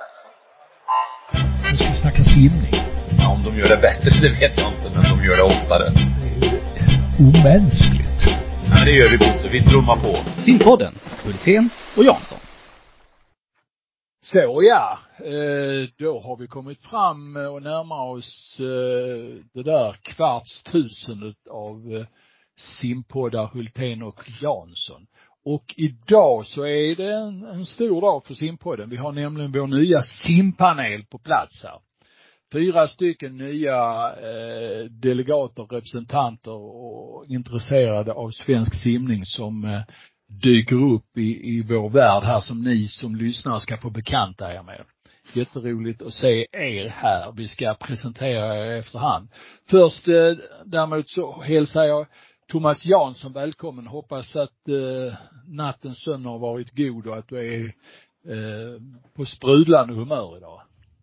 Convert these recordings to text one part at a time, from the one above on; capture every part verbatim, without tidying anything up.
Nu ska vi snacka simning. Ja, om de gör det bättre, det vet jag inte, men de gör det oftare. Det är ju omänskligt. Ja, men det gör vi, Bosse. Vi trummar på. Simpodden, Hultén och Jansson. Så ja, eh, då har vi kommit fram och närmar oss eh, det där kvartstusendet av eh, simpoddar Hultén och Jansson. Och idag så är det en, en stor dag för simpodden. Vi har nämligen vår nya simpanel på plats här. Fyra stycken nya eh, delegater, representanter och intresserade av svensk simning som eh, dyker upp i, i vår värld här, som ni som lyssnar ska få bekanta er med. Jätteroligt att se er här. Vi ska presentera er efterhand. Först eh, däremot så hälsar jag Thomas Jansson välkommen. Hoppas att eh, nattens sömn har varit god och att du är eh, på sprudlande humör idag.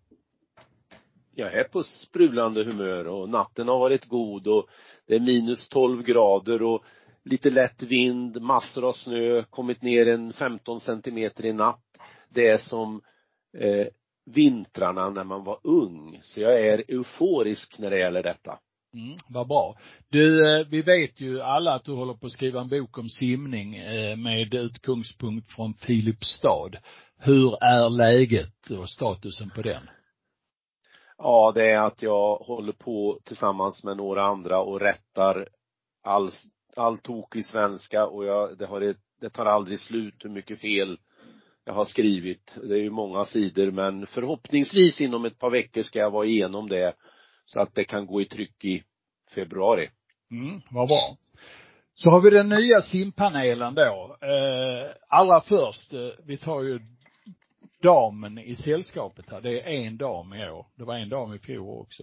Jag är på sprudlande humör och natten har varit god och det är minus tolv grader och lite lätt vind, massor av snö, kommit ner en femton centimeter i natt. Det är som eh, vintrarna när man var ung. Så jag är euforisk när det gäller detta. Mm, vad bra. Du, vi vet ju alla att du håller på att skriva en bok om simning med utgångspunkt från Filipstad. Hur är läget och statusen på den? Ja, det är att jag håller på tillsammans med några andra och rättar all, all tok i svenska och jag, det, har ett, det tar aldrig slut hur mycket fel jag har skrivit. Det är ju många sidor, men förhoppningsvis inom ett par veckor ska jag vara igenom det så att det kan gå i tryck i februari. Mm, vad bra. Så har vi den nya simpanelen då. Eh, allra först, eh, vi tar ju damen i sällskapet här. Det är en dam i år. Det var en dam i fjol också.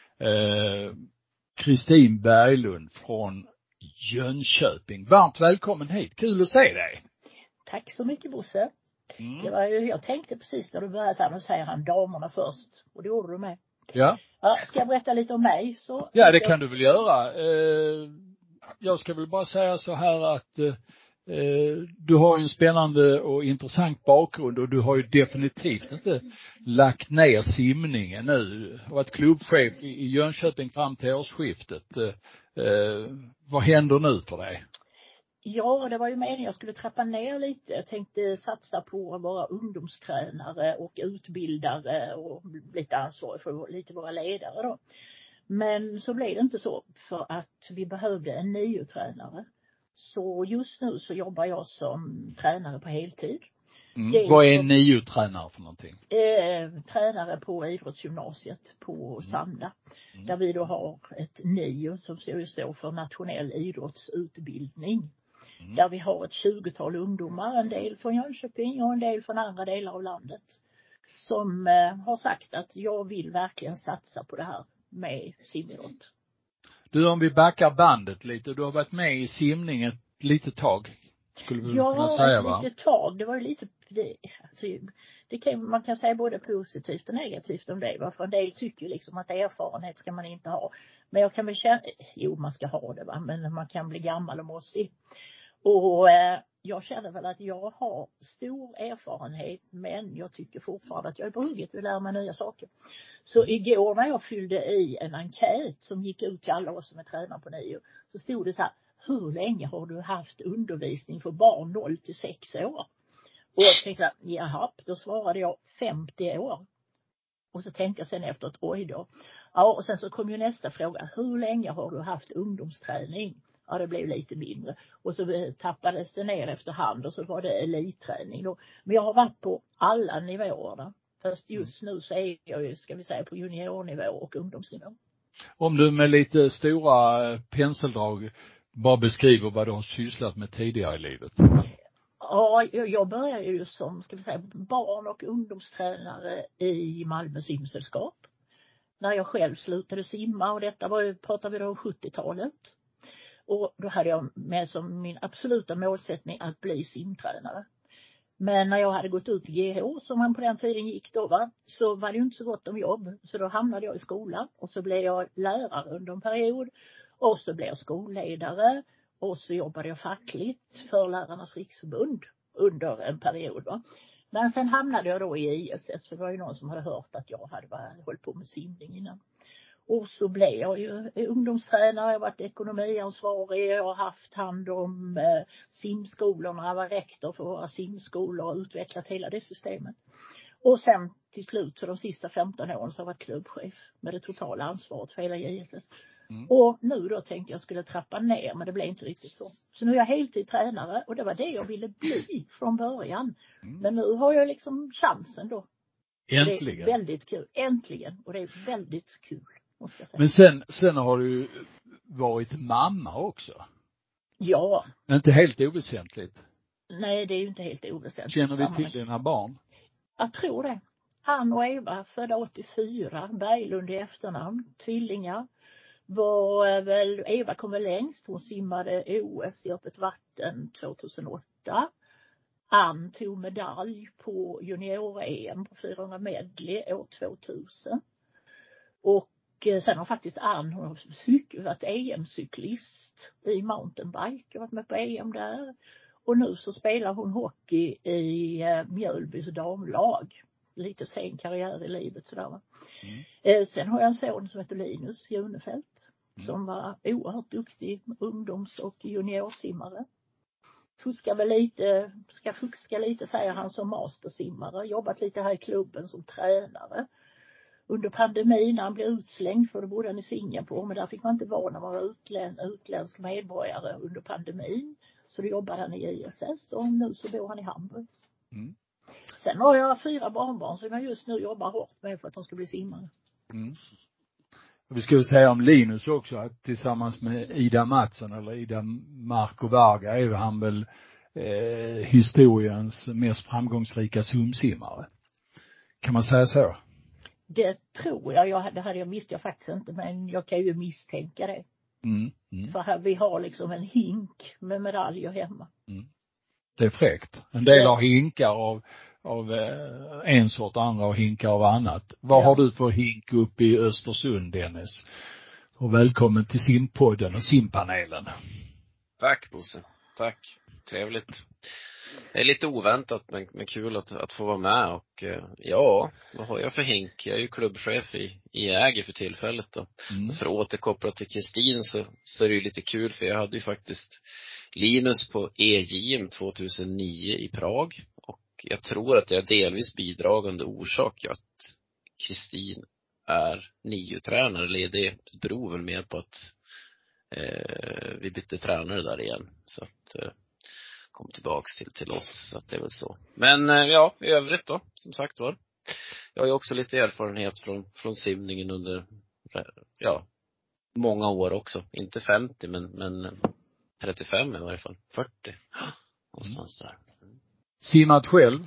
Kristin eh, Berglund från Jönköping. Varmt välkommen hit. Kul att se dig. Tack så mycket, Bosse. Mm. Det var ju, jag tänkte precis när du började så här, nu säger han damerna först. Och det gjorde du med. Ja. Ja, ska jag berätta lite om mig så? Ja, det kan du väl göra. Eh, jag ska väl bara säga så här att eh, du har ju en spännande och intressant bakgrund och du har ju definitivt inte lagt ner simningen nu. Du har varit klubbchef i Jönköping fram till årsskiftet. Eh, vad händer nu för dig? Ja, det var ju meningen jag skulle trappa ner lite. Jag tänkte satsa på att vara ungdomstränare och utbildare och lite ansvarig för lite våra ledare då. Men så blev det inte så, för att vi behövde en niotränare. Så just nu så jobbar jag som tränare på heltid. Mm. Vad är en niotränare för någonting? Eh, tränare på idrottsgymnasiet på Sanda. Mm. Där vi då har ett nio som står för nationell idrottsutbildning. Mm. Där vi har ett tjugotal ungdomar, en del från Jönköping och en del från andra delar av landet. Som eh, har sagt att jag vill verkligen satsa på det här med simidrott. Du, om vi backar bandet lite, du har varit med i simning ett litet tag, skulle vi ja, kunna säga, va? Ja, ett litet tag. Det var ju lite, det, alltså, det kan, man kan säga både positivt och negativt om det. Va? För en del tycker ju liksom att erfarenhet ska man inte ha. Men jag kan väl känna, jo man ska ha det, va? Men man kan bli gammal och mossig. Och eh, jag känner väl att jag har stor erfarenhet, men jag tycker fortfarande att jag är på hugget och lär mig nya saker. Så igår när jag fyllde i en enkät som gick ut till alla oss som är tränare på nio, så stod det så här: hur länge har du haft undervisning för barn noll till sex år? Och jag tänkte, jaha, då svarade jag femtio år. Och så tänkte jag sen efteråt, oj då. Ja, och sen så kom ju nästa fråga: hur länge har du haft ungdomsträning? Ja, det blev lite mindre. Och så tappades det ner efterhand och så var det elitträning då. Men jag har varit på alla nivåerna. Fast just nu så är jag ju, ska vi säga, på juniornivå och ungdomsnivå. Om du med lite stora penseldrag bara beskriver vad du har sysslat med tidigare i livet. Ja, jag började ju som, ska vi säga, barn- och ungdomstränare i Malmö simsällskap. När jag själv slutade simma, och detta var ju, pratar vi då om sjuttiotalet. Och då hade jag med som min absoluta målsättning att bli simtränare. Men när jag hade gått ut i G H, som man på den tiden gick då, va, så var det ju inte så gott om jobb. Så då hamnade jag i skolan och så blev jag lärare under en period. Och så blev jag skolledare och så jobbade jag fackligt för Lärarnas riksförbund under en period. Va. Men sen hamnade jag då i I S S, för det var ju någon som hade hört att jag hade varit, hållit på med simning innan. Och så blev jag ju ungdomstränare, jag har varit ekonomiansvarig, jag har haft hand om eh, simskolorna, jag var rektor för våra simskolor och utvecklat hela det systemet. Och sen till slut, för de sista femton åren, så har jag varit klubbchef med det totala ansvaret för hela I S S. Mm. Och nu då tänkte jag skulle trappa ner, men det blev inte riktigt så. Så nu är jag heltid tränare och det var det jag ville bli från början. Mm. Men nu har jag liksom chansen då. Äntligen. Det är väldigt kul. Äntligen. Och det är väldigt kul. Men sen, sen har du varit mamma också. Ja. Inte helt oväsentligt. Nej, det är ju inte helt oväsentligt. Känner du till dina barn? Jag tror det. Ann och Eva, födda åttiofyra, Berglund i efternamn, tvillingar. Var väl, Eva kom väl längst, hon simmade O S i öppet vatten tjugohundraåtta. Ann tog medalj på junior-E M på fyrahundra medley år tvåtusen. Och sen har faktiskt Ann, hon har cyk- varit E M-cyklist i mountainbike, varit med på E M där. Och nu så spelar hon hockey i eh, Mjölbys damlag. Lite sen karriär i livet sådär va. Mm. Eh, sen har jag en son som heter Linus Junefelt. Mm. Som var oerhört duktig ungdoms- och juniorsimmare. Fuskar väl lite, ska fuska lite säger han som mastersimmare. Jobbat lite här i klubben som tränare. Under pandemin när han blev utslängd, för då bodde han i Singapore. Men där fick man inte vara när man var utlän, utländsk medborgare under pandemin. Så då jobbade han i I S S och nu så bor han i Hamburg. Mm. Sen har jag fyra barnbarn som jag just nu jobbar hårt med för att de ska bli simmare. Mm. Vi ska väl säga om Linus också att tillsammans med Ida Mattsson eller Ida Marco Varga är han väl eh, historiens mest framgångsrika simsimmare. Kan man säga så? Det tror jag. jag det hade jag visste jag faktiskt inte, men jag kan ju misstänka det. Mm. Mm. För här vi har liksom en hink med medaljer hemma. Mm. Det är fräckt. En del har hinkar av, av eh, en sort, andra har hinkar av annat. Vad ja. har du för hink upp i Östersund, Dennis? Och välkommen till Simpodden och Simpanelen. Tack Bosse. Tack. Trevligt. Det är lite oväntat men, men kul att, att få vara med och eh, ja, vad har jag för hink? Jag är ju klubbchef i, i Äger för tillfället då. Mm. För att återkoppla till Kristin så, så är det ju lite kul för jag hade ju faktiskt Linus på E J M tvåtusennio i Prag och jag tror att det är delvis bidragande orsak att Kristin är nio-tränare, eller det beror väl mer på att eh, vi bytte tränare där igen så att eh, kom tillbaks till, till oss, så att det är väl så. Men ja, i övrigt då, som sagt var. Jag har ju också lite erfarenhet från, från simningen under, ja, många år också. Inte femtio, men, men trettiofem i varje fall. fyrtio. Någonstans där. Simmat själv?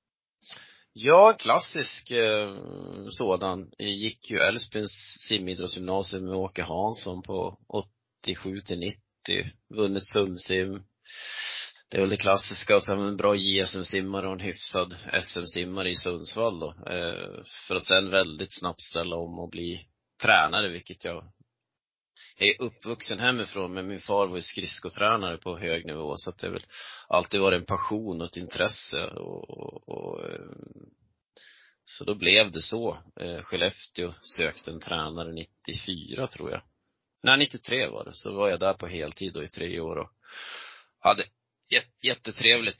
Ja, klassisk eh, sådan. Jag gick ju Älvsbyns simidrottsgymnasium med Åke Hansson på åttiosju till nittio. Vunnit sumsim. Det är väl det klassiska, och sen en bra J S M-simmare och en hyfsad S M-simmare i Sundsvall då. Eh, för att sen väldigt snabbt ställa om och bli tränare, vilket jag jag är uppvuxen hemifrån, men min far var ju skridskotränare på hög nivå, så att det väl alltid varit en passion och ett intresse och, och, och så då blev det så. Eh, Skellefteå sökte en tränare nittiofyra tror jag. Nej, nittiotre var det. Så var jag där på heltid då i tre år och hade jättetrevligt.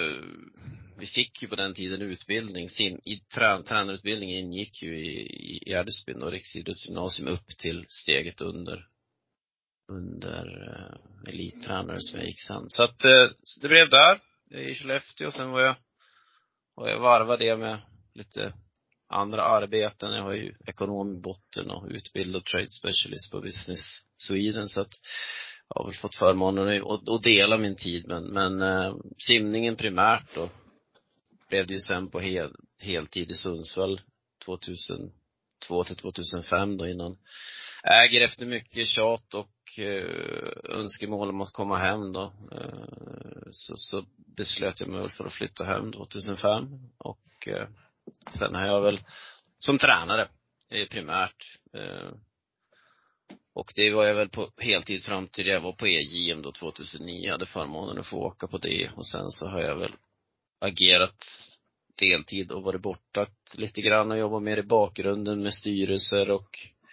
Vi fick ju på den tiden utbildning. Sim, i trän, tränarutbildningen ingick ju i, i Älvsbyn och riksidrottsgymnasium upp till steget under under uh, elittränare som jag gick sen. Så att uh, det blev där i Skellefteå. Och sen var jag och jag varvade det med lite andra arbeten. Jag har ju ekonom i botten och utbildad trade specialist på Business Sweden, så att jag har väl fått förmånen att, att dela min tid. Men, men uh, simningen primärt då blev det ju sen på hel, heltid i Sundsvall tvåtusentvå till tvåtusenfem då, innan Äger efter mycket tjat och uh, önskemål om att komma hem då. Uh, så, så beslöt jag mig väl för att flytta hem tvåtusenfem. Och uh, sen har jag väl som tränare eh, primärt uh, och det var jag väl på heltid fram till jag var på E J M då tvåtusen nio. Jag hade förmånen att få åka på det. Och sen så har jag väl agerat deltid och varit borta lite grann och jobbat mer i bakgrunden med styrelser och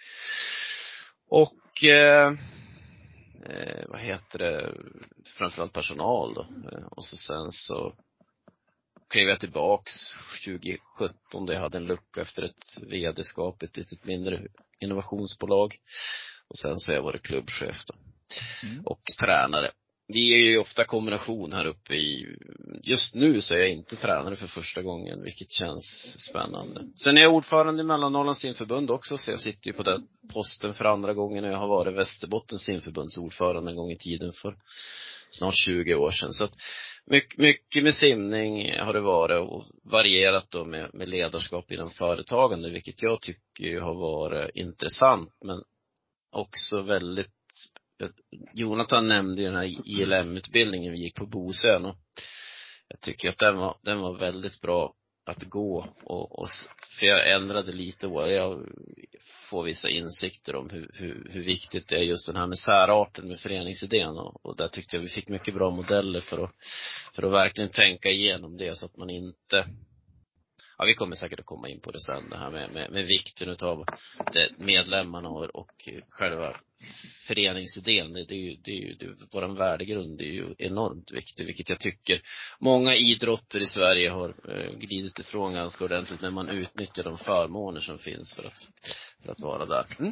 och eh, eh, vad heter det, framförallt personal då. Och så sen så klev jag tillbaks tjugo sjutton, där jag hade en lucka efter ett vd-skap, ett litet mindre innovationsbolag. Och sen så har jag varit klubbchef då. Mm. Och tränare. Vi är ju ofta kombination här uppe i, just nu så är jag inte tränare för första gången, vilket känns spännande. Sen är jag ordförande i Mellannorrlands simförbund också, så jag sitter ju på den posten för andra gången. Jag har varit Västerbottens simförbunds ordförande en gång i tiden för snart tjugo år sedan. Så att mycket, mycket med simning har det varit, och varierat då med, med ledarskap inom företagande, vilket jag tycker har varit intressant, men också väldigt. Jonathan nämnde ju den här I L M-utbildningen vi gick på Bosön, och jag tycker att den var, den var väldigt bra att gå, och, och för jag ändrade lite, och jag får vissa insikter om hur, hur, hur viktigt det är just den här med särarten med föreningsidén, och, och där tyckte jag vi fick mycket bra modeller för att, för att verkligen tänka igenom det, så att man inte, ja, vi kommer säkert att komma in på det sen, det här med, med, med vikten utav det, medlemmarna och, och själva föreningsidén. Det, det är ju, det är ju det, vår värdegrund är ju enormt viktig, vilket jag tycker många idrotter i Sverige har eh, glidit ifrån ganska ordentligt, när man utnyttjar de förmåner som finns för att, för att vara där. Mm.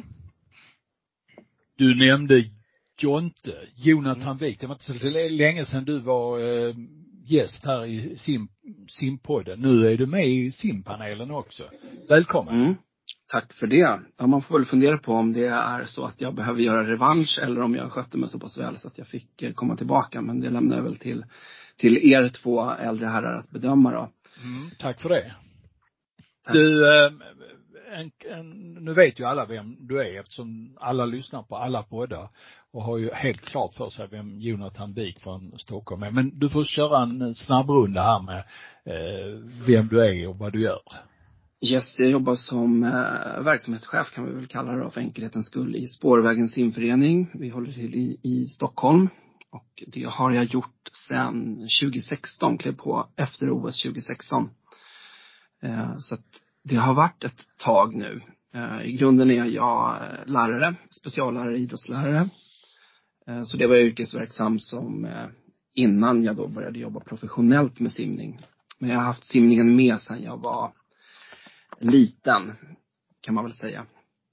Du nämnde Jonte, Jonathan Wik. Det var inte så länge sedan du var eh, gäst här i sim, simpodden. Nu är du med i simpanelen också. Välkommen. Mm. Tack för det. Ja, man får väl fundera på om det är så att jag behöver göra revansch, eller om jag skötte mig så pass väl så att jag fick komma tillbaka. Men det lämnar jag väl till, till er två äldre herrar att bedöma då. Mm, tack för det. Tack. Du, eh, en, en, nu vet ju alla vem du är, eftersom alla lyssnar på alla poddar och har ju helt klart för sig vem Jonathan Wik från Stockholm är. Men du får köra en snabbrunda här med eh, vem du är och vad du gör. Yes, jag jobbar som eh, verksamhetschef, kan vi väl kalla det då, för enkelhetens skull, i Spårvägens simförening. Vi håller till i, i Stockholm, och det har jag gjort sedan tjugo sexton, klev på efter O S tjugo sexton. Eh, så att det har varit ett tag nu. Eh, I grunden är jag lärare, speciallärare, idrottslärare. Eh, så det var jag yrkesverksam som eh, innan jag då började jobba professionellt med simning. Men jag har haft simningen med sedan jag var liten, kan man väl säga.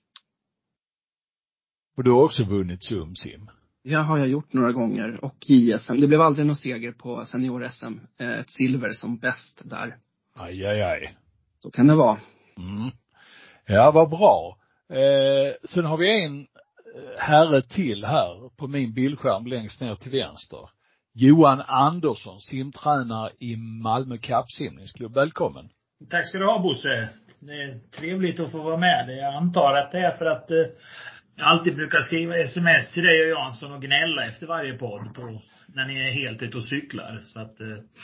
Och du har också vunnit SumSim? Ja, har jag gjort några gånger, och i S M. Det blev aldrig någon seger på senior-S M. Ett silver som bäst där. Aj, aj, aj. Så kan det vara. Mm. Ja, vad bra. Eh, sen har vi en herre till här på min bildskärm längst ner till vänster. Johan Andersson, simtränare i Malmö kappsimningsklubb. Välkommen. Tack ska du ha, Bosse. Det är trevligt att få vara med. Jag antar att det är för att eh, jag alltid brukar skriva sms till dig och Jansson och gnälla efter varje podd på, när ni är helt ute och cyklar. Så att, eh.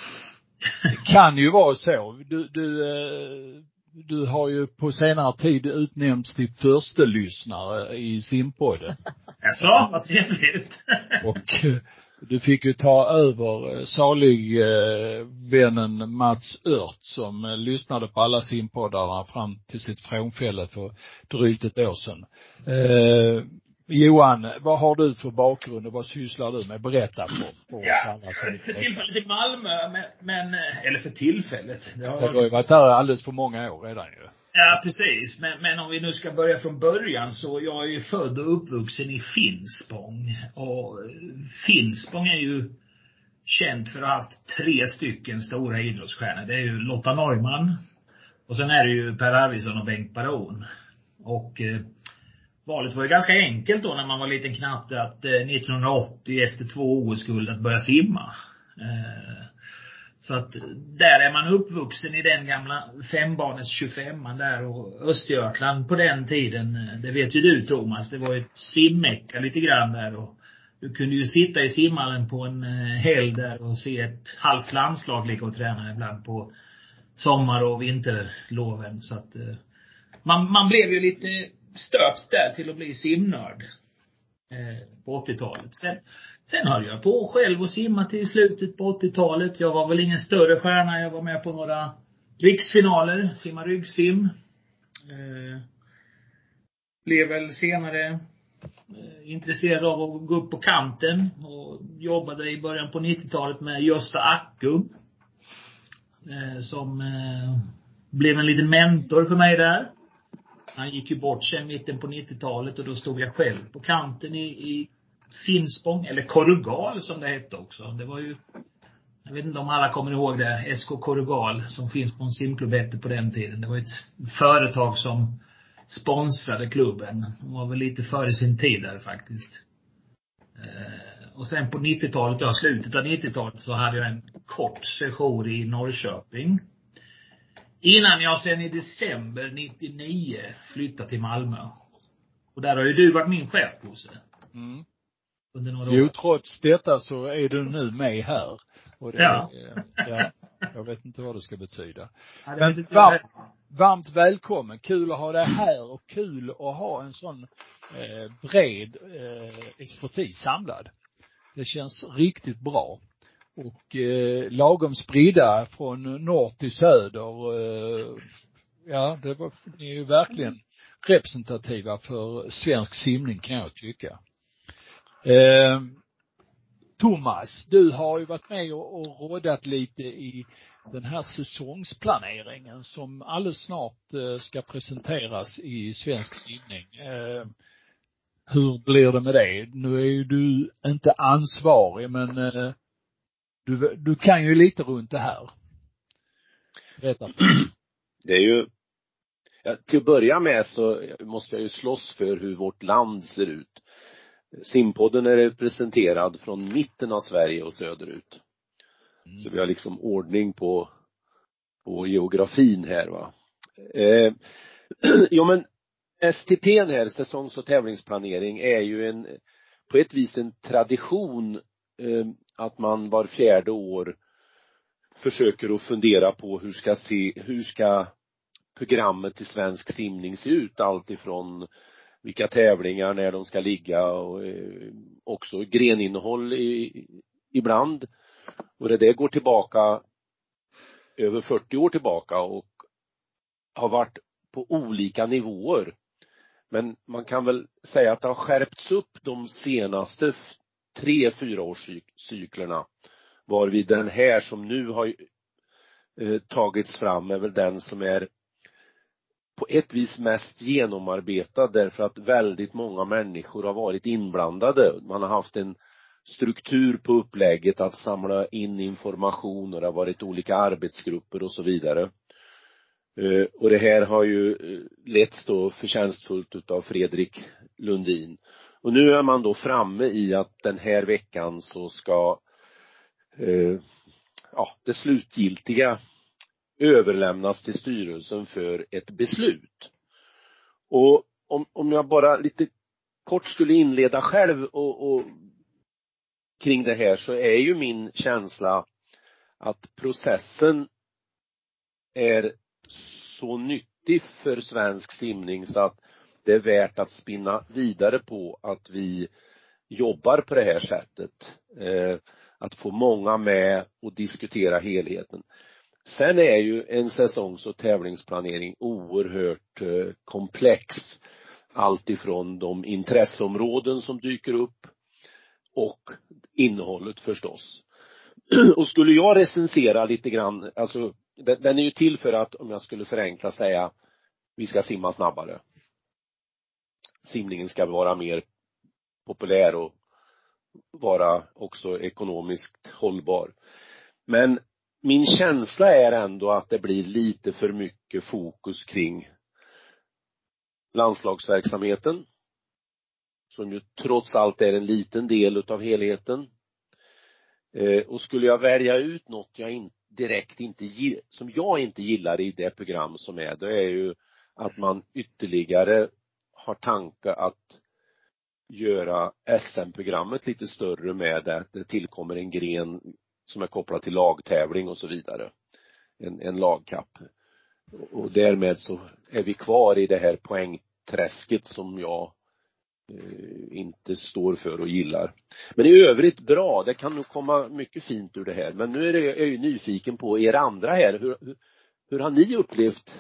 Det kan ju vara så. Du, du, eh, du har ju på senare tid utnämnts till första lyssnare i simpodden. Jaså, vad trevligt. Och eh, du fick ju ta över salig eh, vännen Mats Ört, som eh, lyssnade på alla simpoddarna fram till sitt frånfälle för drygt ett år sedan. Eh, Johan, vad har du för bakgrund och vad sysslar du med? Berätta på, på ja, oss alla. För tillfället i Malmö, men, men eller för tillfället. Det har, det har ju varit där alldeles för många år redan ju. Ja, precis. Men, men om vi nu ska börja från början, så jag är ju född och uppvuxen i Finspång. Och Finspång är ju känt för att ha haft tre stycken stora idrottsstjärnor. Det är ju Lotta Neumann. Och sen är det ju Per Arvidsson och Bengt Baron. Och eh, valet var ju ganska enkelt då när man var liten knatte, att eh, nittonhundraåttio efter två O S-guld att börja simma. Eh, Så att där är man uppvuxen i den gamla fembarnets tjugofemman där, och Östergötland på den tiden, det vet ju du Thomas, det var ju ett simmecka lite grann där, och du kunde ju sitta i simhallen på en helg där och se ett halvt landslag ligga och träna ibland på sommar- och vinterloven. Så att man, man blev ju lite stöpt där till att bli simnörd eh, på åttiotalet. Sen Sen höll jag på själv och simma till slutet på åttiotalet. Jag var väl ingen större stjärna. Jag var med på några riksfinaler, simma ryggsim. Eh, blev väl senare eh, intresserad av att gå upp på kanten och jobbade i början på nittiotalet med Gösta Ackum. Eh, som eh, blev en liten mentor för mig där. Han gick ju bort sen mitten på nittiotalet och då stod jag själv på kanten i, i Finspång, eller Korrugal som det hette också. Det var ju, jag vet inte om alla kommer ihåg det, S K Korrugal som finns på en simklubb hette på den tiden. Det var ett företag som sponsrade klubben. De var väl lite före sin tid där faktiskt. Eh, och sen på nittiotalet, ja slutet av nittiotalet så hade jag en kort session i Norrköping. Innan jag sen i december nittionio flyttade till Malmö. Och där har ju du varit min chef, Bosse. Mm. Under några Jo, år. trots detta så är du nu med här. Och det, Ja. ja. Jag vet inte vad det ska betyda. Ja, det Men vet inte varmt, jag. varmt välkommen. Kul att ha dig här och kul att ha en sån eh, bred eh, expertis samlad. Det känns riktigt bra. Och eh, lagom spridda från norr till söder. Eh, ja, det var, ni är ju verkligen representativa för svensk simning kan jag tycka. Eh, Thomas, du har ju varit med och, och rådat lite i den här säsongsplaneringen som alldeles snart eh, ska presenteras i svensk simning. Eh, hur blir det med det? Nu är ju du inte ansvarig, men eh, du, du kan ju lite runt det här. Berätta. Det är ju, ja, till att börja med så måste jag ju slåss för hur vårt land ser ut. Simpodden är representerad från mitten av Sverige och söderut. Mm. Så vi har liksom ordning på, på geografin här va. Eh, jo men S T P här, säsongs- och tävlingsplanering, är ju en, på ett vis en tradition eh, att man var fjärde år försöker att fundera på hur ska se, hur ska programmet till svensk simning se ut, allt ifrån vilka tävlingar, när de ska ligga och eh, också greninnehåll i, ibland. Och det där går tillbaka över fyrtio år tillbaka och har varit på olika nivåer. Men man kan väl säga att det har skärpts upp de senaste tre, fyra årscyklerna. Varvid den här som nu har eh, tagits fram är väl den som är på ett vis mest genomarbetad, därför att väldigt många människor har varit inblandade. Man har haft en struktur på upplägget att samla in information och det har varit olika arbetsgrupper och så vidare. Och det här har ju letts då förtjänstfullt utav Fredrik Lundin. Och nu är man då framme i att den här veckan så ska eh, ja, det slutgiltiga överlämnas till styrelsen för ett beslut. Och om, om jag bara lite kort skulle inleda själv och, och kring det här, så är ju min känsla att processen är så nyttig för svensk simning så att det är värt att spinna vidare på att vi jobbar på det här sättet. Eh, att få många med och diskutera helheten. Sen är ju en säsongs- och tävlingsplanering oerhört eh, komplex. Allt ifrån de intresseområden som dyker upp och innehållet förstås. Och skulle jag recensera lite grann, alltså den är ju till för att, om jag skulle förenkla, säga vi ska simma snabbare. Simningen ska vara mer populär och vara också ekonomiskt hållbar. Men min känsla är ändå att det blir lite för mycket fokus kring landslagsverksamheten, som ju trots allt är en liten del utav helheten. Eh, och skulle jag välja ut något jag in, direkt inte som jag inte gillar i det program som är, det är ju att man ytterligare har tankar att göra S M-programmet lite större med det. Det tillkommer en gren som är kopplad till lagtävling och så vidare. En, en lagkapp. Och därmed så är vi kvar i det här poängträsket som jag eh, inte står för och gillar. Men i övrigt bra, det kan nog komma mycket fint ur det här. Men nu är jag, jag är ju nyfiken på er andra här. Hur, hur, hur har ni upplevt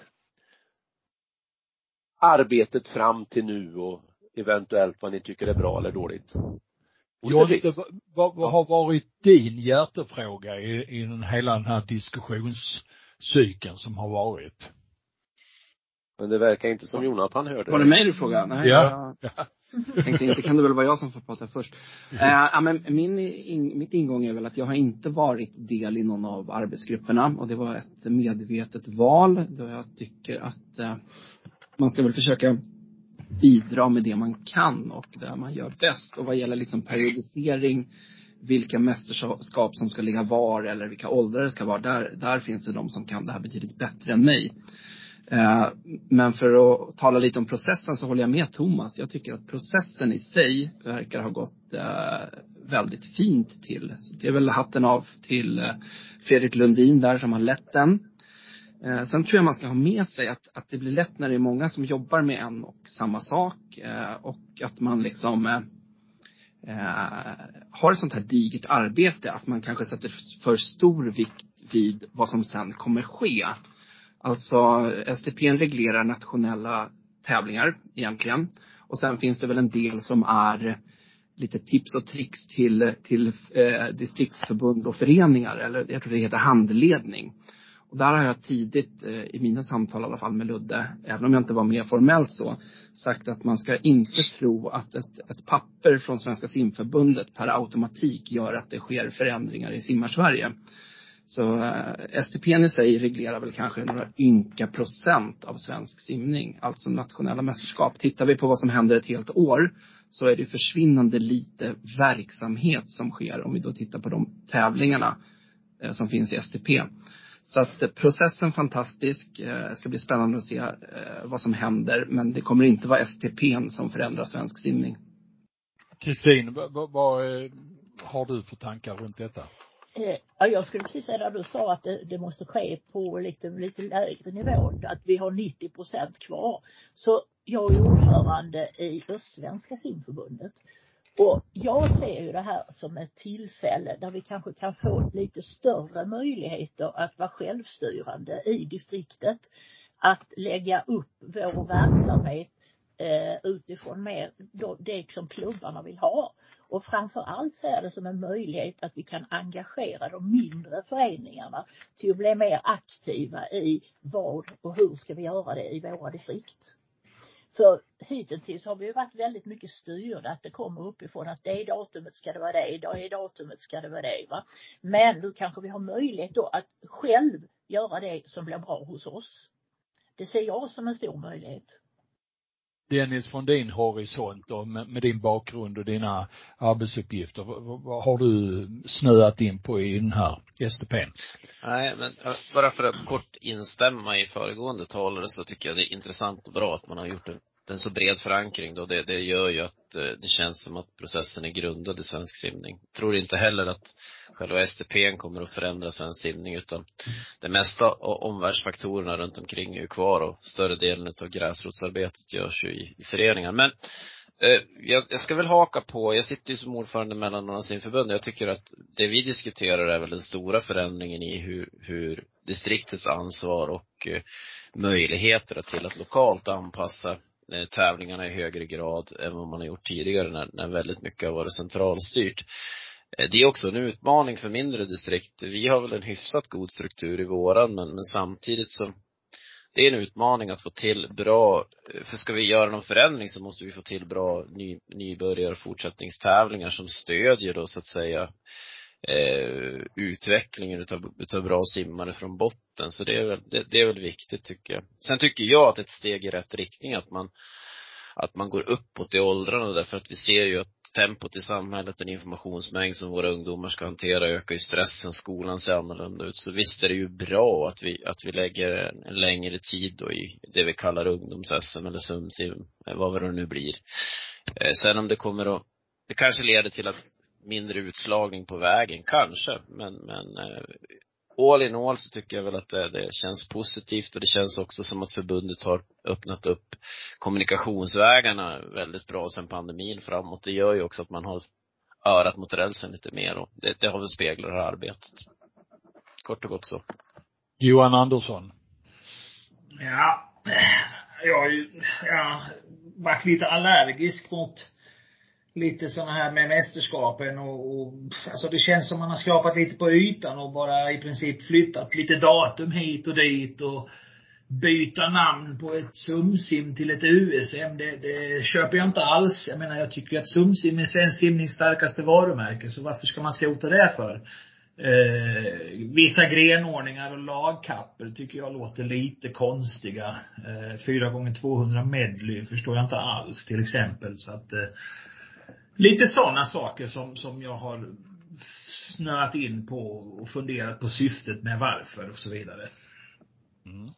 arbetet fram till nu och eventuellt vad ni tycker är bra eller dåligt? Jonte, vad, vad har varit din hjärtefråga i, i den, hela den här diskussionscykeln som har varit? Men det verkar inte som Jonathan hörde. Var det mig du frågade? Nej, ja. jag tänkte inte, kan det väl vara jag som får prata först. Uh, ja, men min, in, mitt ingång är väl att jag har inte varit del i någon av arbetsgrupperna. Och det var ett medvetet val. Då jag tycker att uh, man ska väl försöka bidra med det man kan och det man gör bäst. Och vad gäller liksom periodisering, vilka mästerskap som ska ligga var eller vilka åldrar det ska vara, där, där finns det de som kan det här betydligt bättre än mig. Eh, men för att tala lite om processen så håller jag med Thomas. Jag tycker att processen i sig verkar ha gått eh, väldigt fint till. Så det är väl hatten av till eh, Fredrik Lundin där som har lett den. Eh, sen tror jag man ska ha med sig att, att det blir lätt när det är många som jobbar med en och samma sak. Eh, och att man liksom eh, eh, har ett sånt här digert arbete. Att man kanske sätter för stor vikt vid vad som sen kommer ske. Alltså S T P reglerar nationella tävlingar egentligen. Och sen finns det väl en del som är lite tips och tricks till, till eh, distriktsförbund och föreningar. Eller jag tror det heter handledning. Och där har jag tidigt eh, i mina samtal i alla fall med Ludde, även om jag inte var med formellt så, sagt att man ska inte tro att ett, ett papper från Svenska simförbundet per automatik gör att det sker förändringar i Simmarsverige. Så eh, S T P i sig reglerar väl kanske några ynka procent av svensk simning, alltså nationella mästerskap. Tittar vi på vad som händer ett helt år så är det försvinnande lite verksamhet som sker om vi då tittar på de tävlingarna eh, som finns i S T P. Så att eh, processen är fantastisk. Det eh, ska bli spännande att se eh, vad som händer, men det kommer inte vara S T P som förändrar svensk simning. Kristin, vad, vad, vad har du för tankar runt detta? Ja, jag skulle precis säga när du sa att det, det måste ske på lite, lite lägre nivå. Att vi har nittio procent kvar. Så jag är ordförande i Östsvenska simförbundet. Och jag ser ju det här som ett tillfälle där vi kanske kan få lite större möjligheter att vara självstyrande i distriktet. Att lägga upp vår verksamhet eh, utifrån mer då, det som klubbarna vill ha. Och framförallt ser det som en möjlighet att vi kan engagera de mindre föreningarna till att bli mer aktiva i vad och hur ska vi göra det i våra distrikt. För hittills har vi ju varit väldigt mycket styrda att det kommer uppifrån att det datumet ska det vara det, det datumet ska det vara det. Va? Men nu kanske vi har möjlighet då att själv göra det som blir bra hos oss. Det ser jag som en stor möjlighet. Dennis, från din horisont och med, med din bakgrund och dina arbetsuppgifter, vad, vad har du snöat in på i den här S T P? Nej, men bara för att kort instämma i föregående talare så tycker jag det är intressant och bra att man har gjort en, en så bred förankring då. Det, det gör ju att det känns som att processen är grundad i svensk simning. Jag tror inte heller att själva S T P kommer att förändra svensk simning, utan det mesta av omvärldsfaktorerna runt omkring är ju kvar och större delen av gräsrotsarbetet görs ju i, i föreningar. Men eh, jag, jag ska väl haka på, jag sitter ju som ordförande mellan några simförbund. Jag tycker att det vi diskuterar är väl den stora förändringen i hur, hur distriktets ansvar och eh, möjligheter till att lokalt anpassa tävlingarna i högre grad än vad man har gjort tidigare när, när väldigt mycket har varit centralstyrt. Det är också en utmaning för mindre distrikt. Vi har väl en hyfsat god struktur i våran, men, men samtidigt så det är en utmaning att få till bra, för ska vi göra någon förändring så måste vi få till bra ny, nybörjar- och fortsättningstävlingar som stödjer då så att säga eh, utvecklingen utav, utav bra simmare från botten. Så det är, väl, det, det är väl viktigt tycker jag. Sen tycker jag att ett steg i rätt riktning att man att man går uppåt i åldrarna, därför att vi ser ju att tempot i samhället, den informationsmängd som våra ungdomar ska hantera ökar ju stressen, skolan ser annorlunda ut. Så visst är det ju bra att vi, att vi lägger en, en längre tid då i det vi kallar ungdoms-S M eller sumsim, vad det nu blir. Eh, sen om det kommer att, det kanske leder till att mindre utslagning på vägen, kanske, men, men eh, all in all så tycker jag väl att det, det känns positivt, och det känns också som att förbundet har öppnat upp kommunikationsvägarna väldigt bra sedan pandemin framåt. Det gör ju också att man har örat mot rälsen lite mer, och det, det har väl speglat det här arbetet. Kort och gott så. Johan Andersson. Ja, jag har ju ja, varit lite allergisk mot lite såna här med mästerskapen och, och alltså det känns som man har skrapat lite på ytan och bara i princip flyttat lite datum hit och dit och byta namn på ett sumsim till ett U S M. Det, det köper jag inte alls. Jag menar, jag tycker att sumsim är svensk simnings starkaste varumärke, så varför ska man skrota det för? Eh, vissa grenordningar och lagkapper tycker jag låter lite konstiga. Eh, fyra gånger tvåhundra medley förstår jag inte alls till exempel. Så att eh, lite sådana saker som, som jag har snöat in på och funderat på syftet med varför och så vidare. Mm.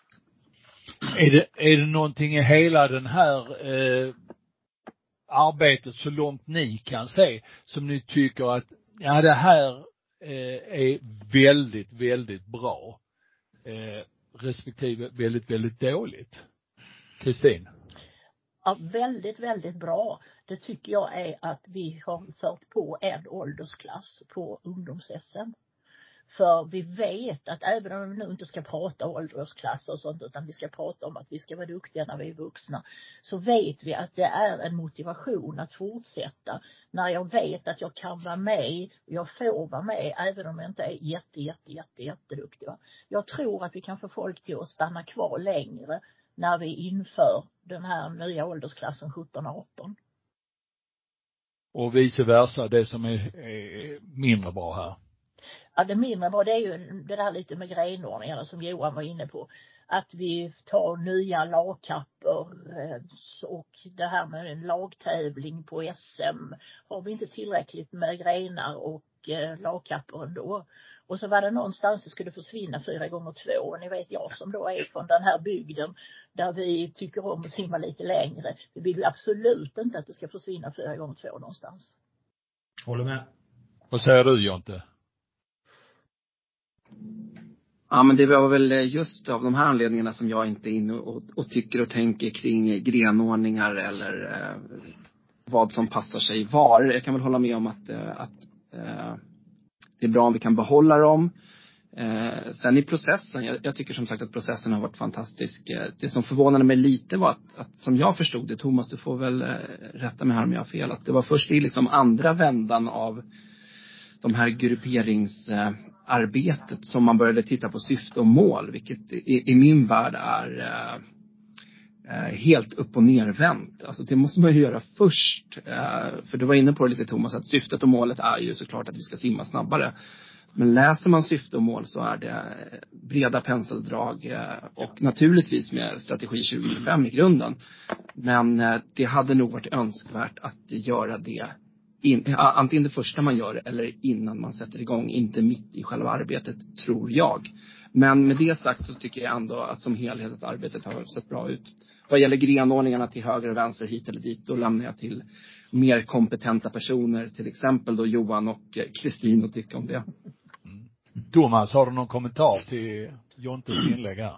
Är det, är det någonting i hela den här eh, arbetet så långt ni kan se som ni tycker att ja, det här eh, är väldigt, väldigt bra eh, respektive väldigt, väldigt dåligt? Kristin? Ja, väldigt, väldigt bra. Det tycker jag är att vi har fört på en åldersklass på ungdoms-S M. För vi vet att även om vi nu inte ska prata åldersklasser och sånt, utan vi ska prata om att vi ska vara duktiga när vi är vuxna, så vet vi att det är en motivation att fortsätta. När jag vet att jag kan vara med, och jag får vara med även om jag inte är jätte, jätte, jätte, jätteduktig. Jag tror att vi kan få folk till att stanna kvar längre när vi inför den här nya åldersklassen sjutton arton. Och vice versa, det som är, är mindre bra här. Ja, det mindre bra, det är ju det där lite med grenordningarna som Johan var inne på. Att vi tar nya lagkapper och det här med en lagtävling på S M. Har vi inte tillräckligt med grenar och lagkapper ändå. Och så var det någonstans det skulle försvinna fyra gånger två. Och ni vet, jag som då är från den här bygden där vi tycker om att simma lite längre. Vi vill absolut inte att det ska försvinna fyra gånger två någonstans. Håller med. Vad säger du, Jonte? Ja, men det var väl just av de här anledningarna som jag inte är inne och, och tycker och tänker kring grenordningar eller eh, vad som passar sig var. Jag kan väl hålla med om att, eh, att eh, det är bra om vi kan behålla dem. Eh, sen i processen, jag, jag tycker som sagt att processen har varit fantastisk. Det som förvånade mig lite var att, att som jag förstod det, Thomas, du får väl eh, rätta mig här om jag har fel, att det var först i liksom andra vändan av de här grupperingsarbetet eh, som man började titta på syfte och mål, vilket i, i min värld är eh, eh, helt upp och nervänt. Alltså det måste man ju göra först. Eh, för du var inne på det lite, Thomas, att syftet och målet är ju såklart att vi ska simma snabbare. Men läser man syfte och mål så är det breda penseldrag eh, och naturligtvis med strategi tjugo tjugofem i grunden. Men eh, det hade nog varit önskvärt att göra det In, antingen det första man gör eller innan man sätter igång, inte mitt i själva arbetet, tror jag. Men med det sagt så tycker jag ändå att som helhet att arbetet har sett bra ut. Vad gäller grenordningarna till höger och vänster, hit eller dit, då lämnar jag till mer kompetenta personer, till exempel då Johan och Kristin, och tycka om det. Mm. Thomas, har du någon kommentar till Jontes inlägg här?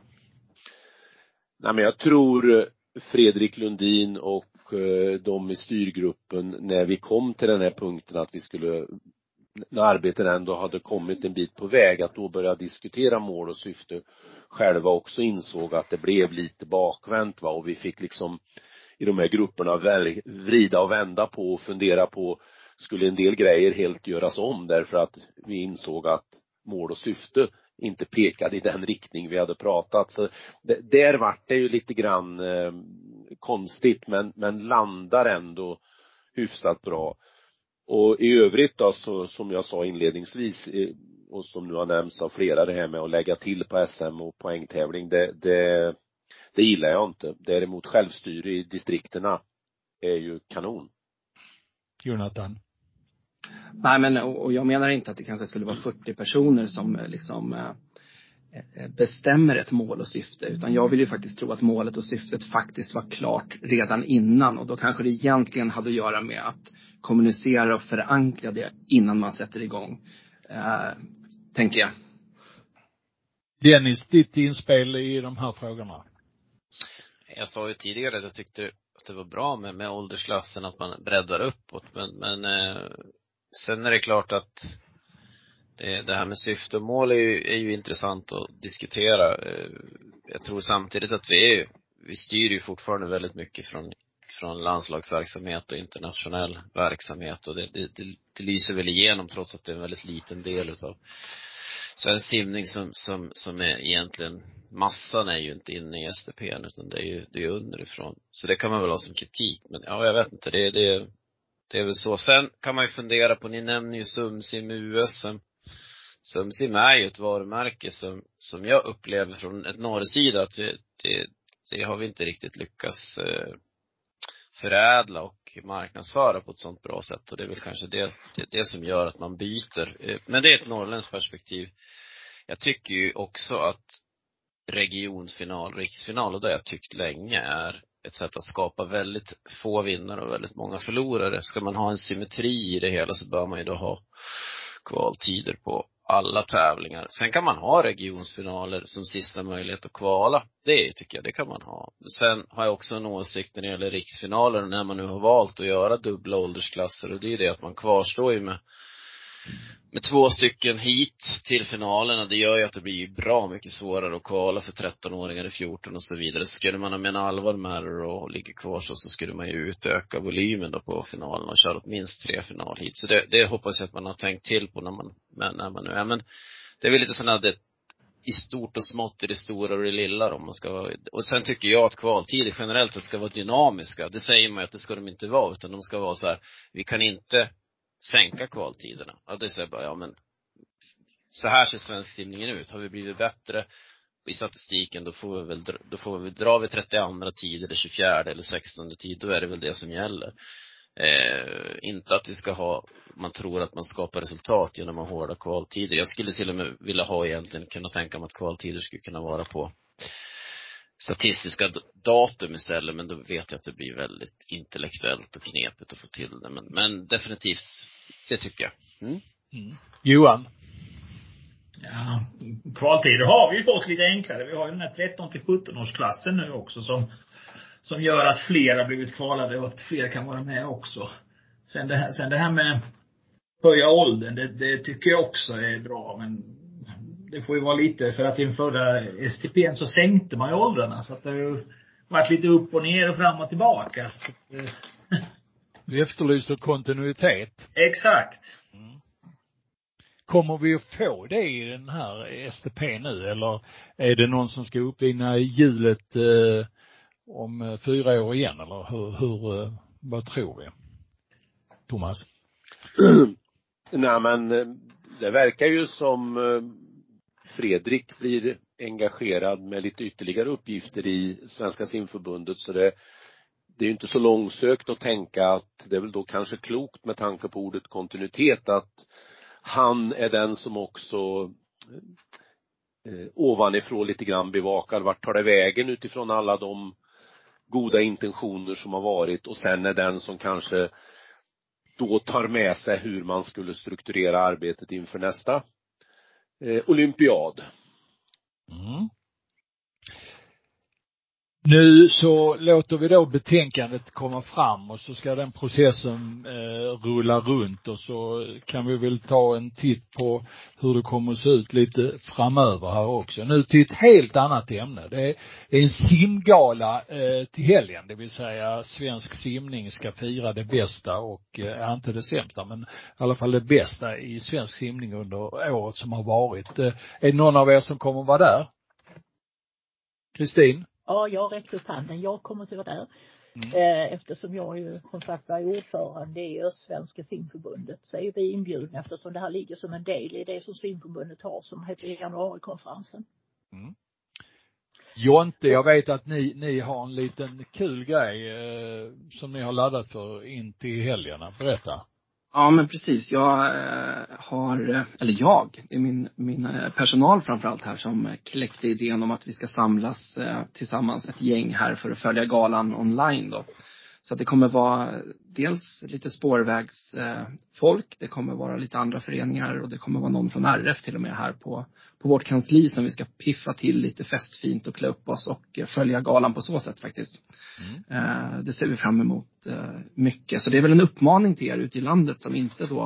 Nej, men jag tror Fredrik Lundin och de i styrgruppen, när vi kom till den här punkten att vi skulle, när arbetet ändå hade kommit en bit på väg, att då börja diskutera mål och syfte, själva också insåg att det blev lite bakvänt, va, och vi fick liksom i de här grupperna väl, vrida och vända på och fundera på, skulle en del grejer helt göras om, därför att vi insåg att mål och syfte inte pekade i den riktning vi hade pratat. Så det, där vart det ju lite grann eh, konstigt, men, men landar ändå hyfsat bra. Och i övrigt då, så, som jag sa inledningsvis eh, och som nu har nämnts av flera, det här med att lägga till på S M och poängtävling, det, det, det gillar jag inte. Däremot självstyre i distrikterna är ju kanon. Jonathan? Nej, men och jag menar inte att det kanske skulle vara fyrtio personer som liksom eh, bestämmer ett mål och syfte, utan jag vill ju faktiskt tro att målet och syftet faktiskt var klart redan innan, och då kanske det egentligen hade att göra med att kommunicera och förankra det innan man sätter igång, eh, tänker jag. Dennis, ditt inspel i de här frågorna? Jag sa ju tidigare att jag tyckte att det var bra med, med åldersklassen, att man breddar uppåt, men, men eh, sen är det klart att Det, det här med syfte och mål är ju, är ju intressant att diskutera. Jag tror samtidigt att vi är, vi styr ju fortfarande väldigt mycket från, från landslagsverksamhet och internationell verksamhet. Och det, det, det, det lyser väl igenom trots att det är en väldigt liten del utav svensk simning som, som, som är egentligen, massan är ju inte inne i S T P utan det är ju det är underifrån. Så det kan man väl ha som kritik. Men ja, jag vet inte, det, det, det är väl så. Sen kan man ju fundera på, ni nämner ju SumSim U S. SumSim är ju ett varumärke som, som jag upplever från ett norrsida att det, det, det har vi inte riktigt lyckats eh, förädla och marknadsföra på ett sånt bra sätt. Och det är väl kanske det, det, det som gör att man byter. Men det är ett norrländskt perspektiv. Jag tycker ju också att regionfinal, riksfinal, och det har jag tyckt länge är ett sätt att skapa väldigt få vinnare och väldigt många förlorare. Ska man ha en symmetri i det hela så bör man ju då ha kvaltider på alla tävlingar. Sen kan man ha regionsfinaler som sista möjlighet att kvala. Det tycker jag, det kan man ha. Sen har jag också en åsikt när det gäller riksfinaler när man nu har valt att göra dubbla åldersklasser. Och det är det att man kvarstår ju med med två stycken hit till finalerna. Det gör ju att det blir bra mycket svårare att kvala för tretton-åringar i fjorton och så vidare. Så skulle man ha med allvar med det och ligga kvar så, så skulle man ju utöka volymen då på finalen och köra minst tre final hit. Så det, det hoppas jag att man har tänkt till på när man, när man nu är. Men det är väl lite sån här, det, i stort och smått i det stora och det lilla då, man ska. Och sen tycker jag att kvaltider generellt att ska vara dynamiska. Det säger man ju att det ska de inte vara, utan de ska vara så här, vi kan inte sänka kvaltiderna. Ja, det säger bara, ja men så här ser svensk simningen ut. Har vi blivit bättre i statistiken, då får vi väl, då får vi dra vi trettioandra tid eller tjugofjärde eller sextonde tid, då är det väl det som gäller. Eh, inte att vi ska ha, man tror att man skapar resultat genom att ha hårda kvaltider. Jag skulle till och med vilja ha egentligen kunna tänka mig att kvaltider skulle kunna vara på statistiska datum istället, men då vet jag att det blir väldigt intellektuellt och knepigt att få till det. Men, men definitivt, det tycker jag. Mm. Mm. Johan? Ja, kvaltider har vi ju fått lite enklare. Vi har ju den här tretton till sjutton årsklassen nu också som, som gör att fler har blivit kvalade och att fler kan vara med också. Sen det här, sen det här med höja åldern, det, det tycker jag också är bra, men det får ju vara lite, för att i den förra S T P:n så sänkte man ju åldrarna, så att det har varit lite upp och ner och fram och tillbaka. Vi efterlyser kontinuitet. Exakt. Mm. Kommer vi att få det i den här S T P nu, eller är det någon som ska uppvinna hjulet eh, om fyra år igen, eller hur, hur eh, vad tror vi? Thomas? Nej, men det verkar ju som Fredrik blir engagerad med lite ytterligare uppgifter i Svenska simförbundet, så det, det är ju inte så långsökt att tänka att det är väl då kanske klokt med tanke på ordet kontinuitet att han är den som också eh, ovanifrån lite grann bevakar vart tar det vägen utifrån alla de goda intentioner som har varit, och sen är den som kanske då tar med sig hur man skulle strukturera arbetet inför nästa eh, olympiad. Mm. Nu så låter vi då betänkandet komma fram och så ska den processen eh, rulla runt, och så kan vi väl ta en titt på hur det kommer att se ut lite framöver här också. Nu till ett helt annat ämne. Det är en simgala eh, till helgen, det vill säga svensk simning ska fira det bästa och eh, inte det sämsta, men i alla fall det bästa i svensk simning under året som har varit. Eh, är det någon av er som kommer att vara där? Kristin? Ja, jag räcker upp handen. Jag kommer att vara där. Mm. Eh, eftersom jag ju som sagt var ordförande i Svenska simförbundet, så är vi inbjudna, eftersom det här ligger som en del i det som simförbundet har som heter januarikonferensen. Mm. Jonte, jag vet att ni, ni har en liten kul grej eh, som ni har laddat för in till helgerna. Berätta. Ja, men precis. Jag eh, har, eller jag, det är min, min personal framförallt här som kläckte idén om att vi ska samlas eh, tillsammans ett gäng här för att följa galan online då. Så att det kommer vara dels lite spårvägsfolk, eh, det kommer vara lite andra föreningar och det kommer vara någon från R F till och med här på, på vårt kansli som vi ska piffa till lite festfint och klä upp oss och eh, följa galan på så sätt faktiskt. Mm. Eh, det ser vi fram emot eh, mycket. Så det är väl en uppmaning till er ute i landet som inte då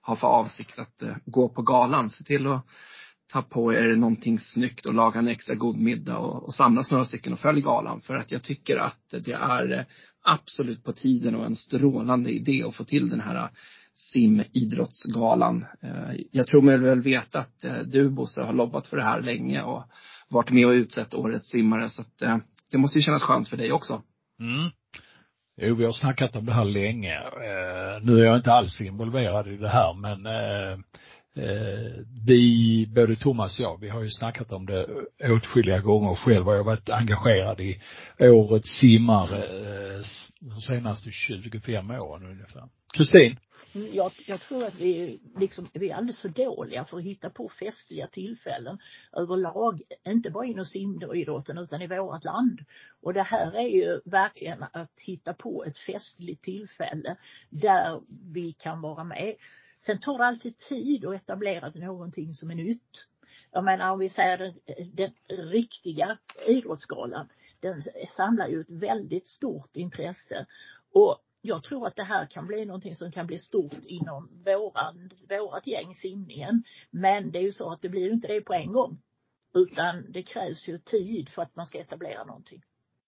har för avsikt att uh, gå på galan, se till att ta på er någonting snyggt och laga en extra god middag och, och samlas några stycken och följ galan. För att jag tycker att det är uh, absolut på tiden och en strålande idé att få till den här uh, simidrottsgalan. Uh, jag tror mig väl veta att uh, du, Bosse, har lobbat för det här länge och varit med och utsett årets simmare, så att uh, det måste ju kännas skönt för dig också. Mm. Jo, vi har snackat om det här länge. Eh, nu är jag inte alls involverad i det här, men eh, eh, vi, både Thomas och jag, vi har ju snackat om det åtskilliga gånger själv. Jag har varit engagerad i årets simmare eh, de senaste tjugofem åren ungefär. Kristin? Jag, jag tror att vi, liksom, vi är alldeles för dåliga för att hitta på festliga tillfällen överlag, inte bara inom simidrotten utan i vårt land. Och det här är ju verkligen att hitta på ett festligt tillfälle där vi kan vara med. Sen tar det alltid tid att etablera någonting som är nytt. Jag menar, om vi säger den, den riktiga idrottsgalan, den samlar ju ett väldigt stort intresse. Och jag tror att det här kan bli någonting som kan bli stort inom våran, vårat gäng simningen. Men det är ju så att det blir ju inte det på en gång. Utan det krävs ju tid för att man ska etablera någonting.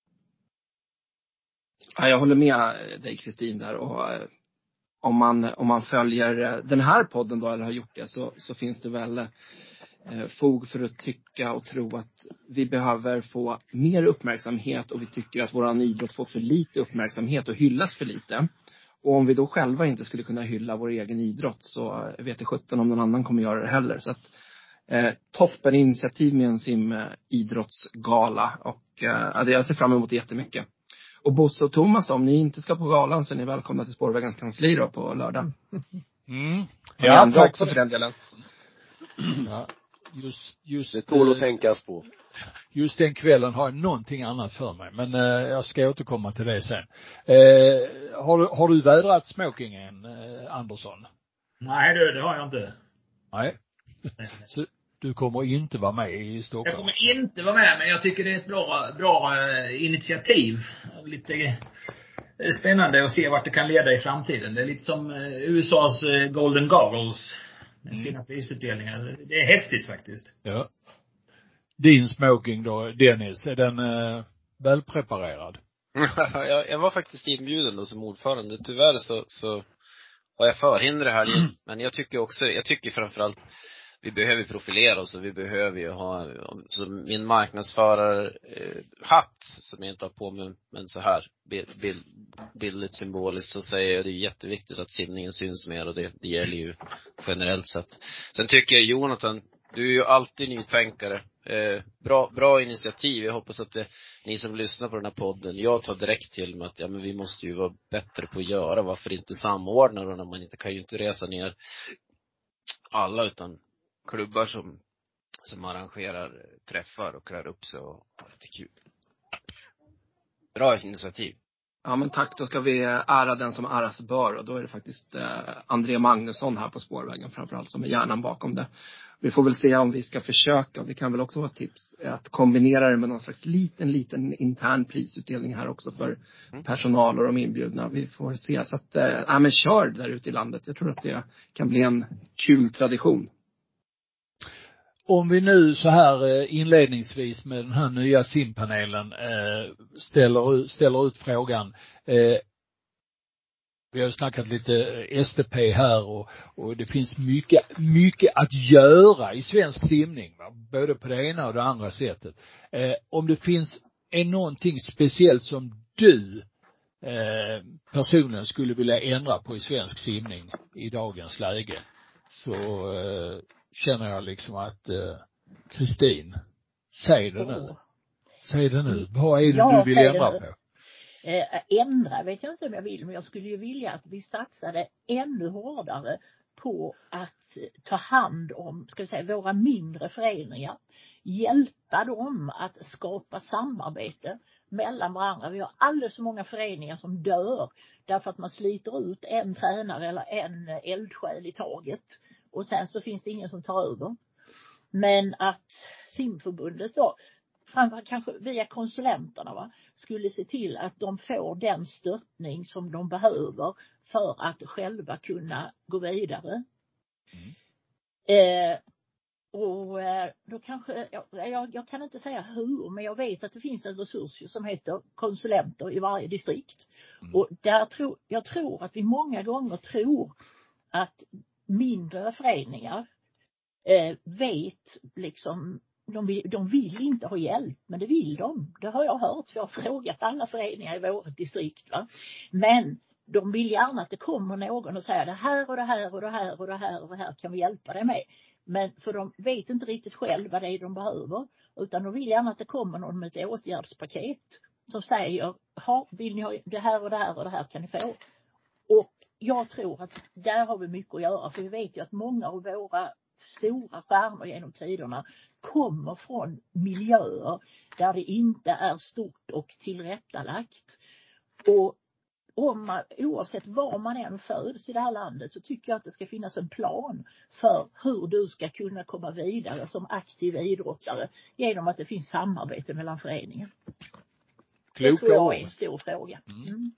Ja, jag håller med dig, Kristin, där. Och om man, om man följer den här podden då, eller har gjort det, så, så finns det väl eh, fog för att tycka och tro att vi behöver få mer uppmärksamhet, och vi tycker att våran idrott får för lite uppmärksamhet och hyllas för lite. Och om vi då själva inte skulle kunna hylla vår egen idrott, så vet jag sjutton om någon annan kommer göra det heller. Så att eh, toppen initiativ med en simidrottsgala, och eh, jag ser fram emot det jättemycket. Och Bosse och Thomas, om ni inte ska på galan, så är ni välkomna till Spårvägens kansli då på lördag. Mm. Ja, tack också för den delen. Ja, just, just, det tål att tänkas på. Just den kvällen har jag någonting annat för mig, men eh, jag ska återkomma till det sen. Eh, har, du, har du vädrat smokingen, eh, Andersson? Nej, det, det har jag inte. Nej. Så du kommer inte vara med i Stockholm? Jag kommer inte vara med, men jag tycker det är ett bra, bra initiativ. Lite spännande att se vart det kan leda i framtiden. Det är lite som U S A:s Golden Goggles med sina mm. prisutdelningar. Det är häftigt faktiskt. Ja. Din smoking då, Dennis, är den eh, välpreparerad? jag, jag var faktiskt inbjuden då som ordförande. Tyvärr så, så har jag förhinder här. Mm. Men jag tycker också, jag tycker framförallt vi behöver profilera oss, och vi behöver ju ha så min marknadsförare eh, hatt som jag inte har på mig, men så här bild, bild, bildligt symboliskt så säger jag det är jätteviktigt att simningen syns mer, och det, det gäller ju generellt sett. Sen tycker jag, Jonathan, du är ju alltid nytänkare. Eh, bra, bra initiativ. Jag hoppas att det, ni som lyssnar på den här podden, jag tar direkt till mig att ja, men vi måste ju vara bättre på att göra. Varför inte samordna då, när man inte kan ju inte resa ner alla, utan klubbar som, som arrangerar träffar och klär upp sig och har lite kul. Bra initiativ. Ja, men tack. Då ska vi ära den som äras bör. Och då är det faktiskt eh, André Magnusson här på Spårvägen framförallt som är hjärnan bakom det. Vi får väl se om vi ska försöka, och det kan väl också vara ett tips, att kombinera det med någon slags liten, liten intern prisutdelning här också för personal och de inbjudna. Vi får se. Så att, eh, ja, men kör där ute i landet. Jag tror att det kan bli en kul tradition. Om vi nu så här inledningsvis med den här nya simpanelen eh, ställer, ställer ut frågan. Eh, vi har snackat lite S T P här, och, och det finns mycket, mycket att göra i svensk simning. Va? Både på det ena och det andra sättet. Eh, om det finns är någonting speciellt som du eh, personligen skulle vilja ändra på i svensk simning i dagens läge, så eh, känner jag liksom att Kristin, eh, säg det nu. Säg det nu. Vad är det ja, du vill ändra på? Eh, ändra vet jag inte om jag vill, men jag skulle ju vilja att vi satsade ännu hårdare på att ta hand om, ska vi säga, våra mindre föreningar. Hjälpa dem att skapa samarbete mellan varandra. Vi har alldeles så många föreningar som dör därför att man sliter ut en tränare eller en eldsjäl i taget. Och sen så finns det ingen som tar över. Men att simförbundet då, framförallt kanske via konsulenterna va, skulle se till att de får den stöttning som de behöver för att själva kunna gå vidare Mm. Eh, och eh, då kanske, jag, jag, jag kan inte säga hur, men jag vet att det finns en resurs som heter konsulenter i varje distrikt. Mm. Och där tror, jag tror att vi många gånger tror att mindre föreningar eh, vet liksom, de vill, de vill inte ha hjälp, men det vill de. Det har jag hört, för jag har frågat alla föreningar i vårt distrikt. Va? Men de vill gärna att det kommer någon och säger det här och det här och det här och det här och det här kan vi hjälpa dig med. Men för de vet inte riktigt själva vad det är de behöver, utan de vill gärna att det kommer någon med ett åtgärdspaket som säger, ha, vill ni ha det här och det här och det här kan ni få. Och jag tror att där har vi mycket att göra, för vi vet ju att många av våra stora stjärnor genom tiderna kommer från miljöer där det inte är stort och tillrättalagt. Och om man, oavsett var man än föds i det här landet, så tycker jag att det ska finnas en plan för hur du ska kunna komma vidare som aktiv idrottare genom att det finns samarbete mellan föreningen. Det tror jag är en stor fråga. Mm.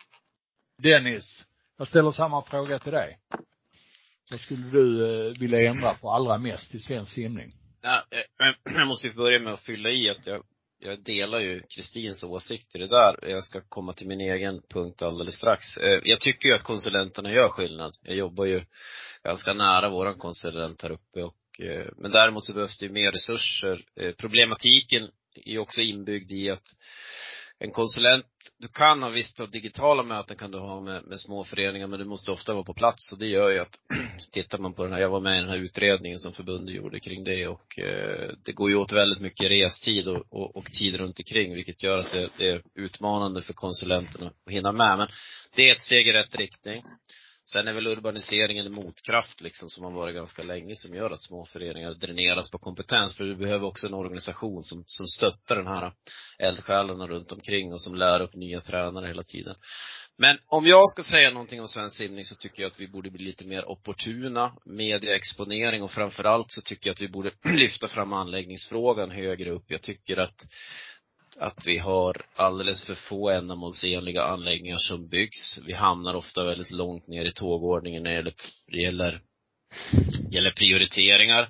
Dennis, jag ställer samma fråga till dig. Vad skulle du eh, vilja ändra på allra mest i svensk simning? Ja, jag måste ju börja med att fylla i att jag, jag delar ju Kristins åsikter i det där. Jag ska komma till min egen punkt alldeles strax. Jag tycker ju att konsulenterna gör skillnad. Jag jobbar ju ganska nära våran konsulent här uppe. Och, men däremot så behövs det ju mer resurser. Problematiken är ju också inbyggd i att en konsulent, du kan ha visst ha digitala möten kan du ha med, med små föreningar, men du måste ofta vara på plats. Och det gör ju att, tittar man på den här, jag var med i den här utredningen som förbundet gjorde kring det. Och eh, det går ju åt väldigt mycket restid och, och, och tid runt omkring, vilket gör att det, det är utmanande för konsulenterna att hinna med. Men det är ett steg i rätt riktning. Sen är väl urbaniseringen en motkraft liksom, som har varit ganska länge, som gör att små föreningar dräneras på kompetens. För du behöver också en organisation som, som stöttar den här eldsjälarna runt omkring och som lär upp nya tränare hela tiden. Men om jag ska säga någonting om svensk simning, så tycker jag att vi borde bli lite mer opportuna, medieexponering, och framförallt så tycker jag att vi borde lyfta fram anläggningsfrågan högre upp. Jag tycker att att vi har alldeles för få ändamålsenliga anläggningar som byggs. Vi hamnar ofta väldigt långt ner i tågordningen när det gäller, gäller, gäller prioriteringar.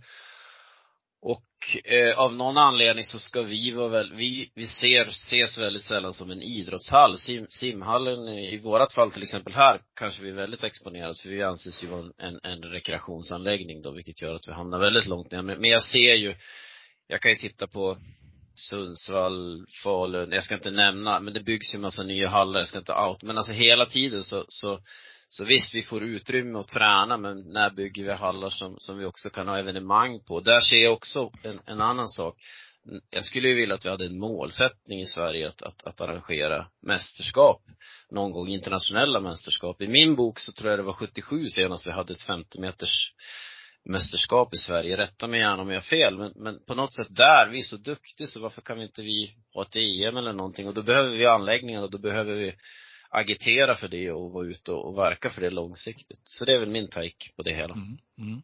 Och eh, av någon anledning så ska vi vara väl, vi, vi ser, ses väldigt sällan som en idrottshall. Sim, simhallen i vårat fall till exempel här kanske vi är väldigt exponerade, för vi anses ju vara en, en rekreationsanläggning då, vilket gör att vi hamnar väldigt långt ner. Men, men jag ser ju, jag kan ju titta på Sundsvall, Falun, jag ska inte nämna, men det byggs ju en massa nya hallar, jag ska inte out, men alltså hela tiden så, så, så visst vi får utrymme att träna, men när bygger vi hallar som, som vi också kan ha evenemang på? Där ser jag också en, en annan sak. Jag skulle ju vilja att vi hade en målsättning i Sverige att, att, att arrangera mästerskap, någon gång internationella mästerskap. I min bok så tror jag det var sjuttiosju senast vi hade ett femtio meters mästerskap i Sverige. Rätta mig gärna om jag har fel, men, men på något sätt där, vi är så duktiga, så varför kan vi inte vi ha ett E M eller någonting? Och då behöver vi anläggningar, och då behöver vi agitera för det och vara ute och, och verka för det långsiktigt. Så det är väl min take på det hela. Mm, mm.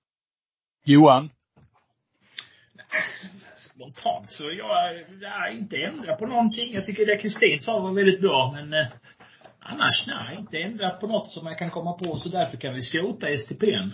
Johan? Spontant så jag, jag inte ändra på någonting. Jag tycker det Kristin sa var väldigt bra, men eh, annars nej, inte ändrat på något som jag kan komma på, så därför kan vi skrota S T P:n.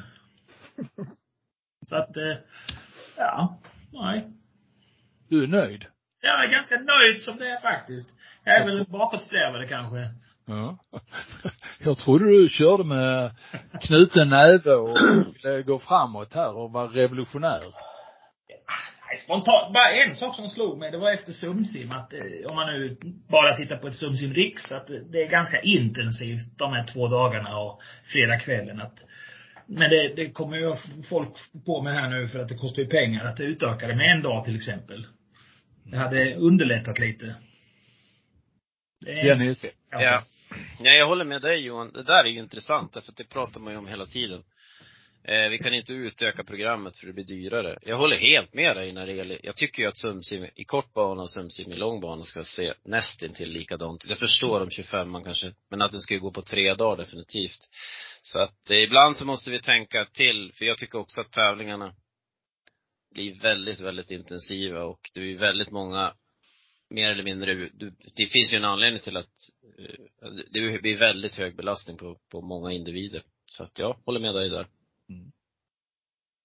Så att, eh, ja, nej. Du är nöjd? Jag är ganska nöjd som det är faktiskt. Jag är väl bakåtsträvare kanske. Ja. Jag trodde du körde med knuten näve och gå framåt här och var revolutionär. Nej, spontant. Bara en sak som slog mig, det var efter Sumsim att, eh, om man nu bara tittar på ett Sumsim Riks, att det är ganska intensivt de här två dagarna och fredagskvällen. Att Men det, det kommer ju folk på med här nu, för att det kostar ju pengar att utöka det med en dag till exempel. Det hade underlättat lite. Det är Dennis. Ja. Ja. Ja, jag håller med dig Johan. Det där är ju intressant, för det pratar man ju om hela tiden. Eh, vi kan inte utöka programmet för det blir dyrare. Jag håller helt med dig när det gäller, jag tycker ju att Sumsim i kortbana och Sumsim i långbana ska se nästan till likadant. Jag förstår om tjugofem man kanske, men att det ska gå på tre dagar definitivt. Så att eh, ibland så måste vi tänka till, för jag tycker också att tävlingarna blir väldigt, väldigt intensiva, och det är väldigt många, mer eller mindre, du, det finns ju en anledning till att eh, det blir väldigt hög belastning på, på många individer. Så att jag håller med dig där. Mm.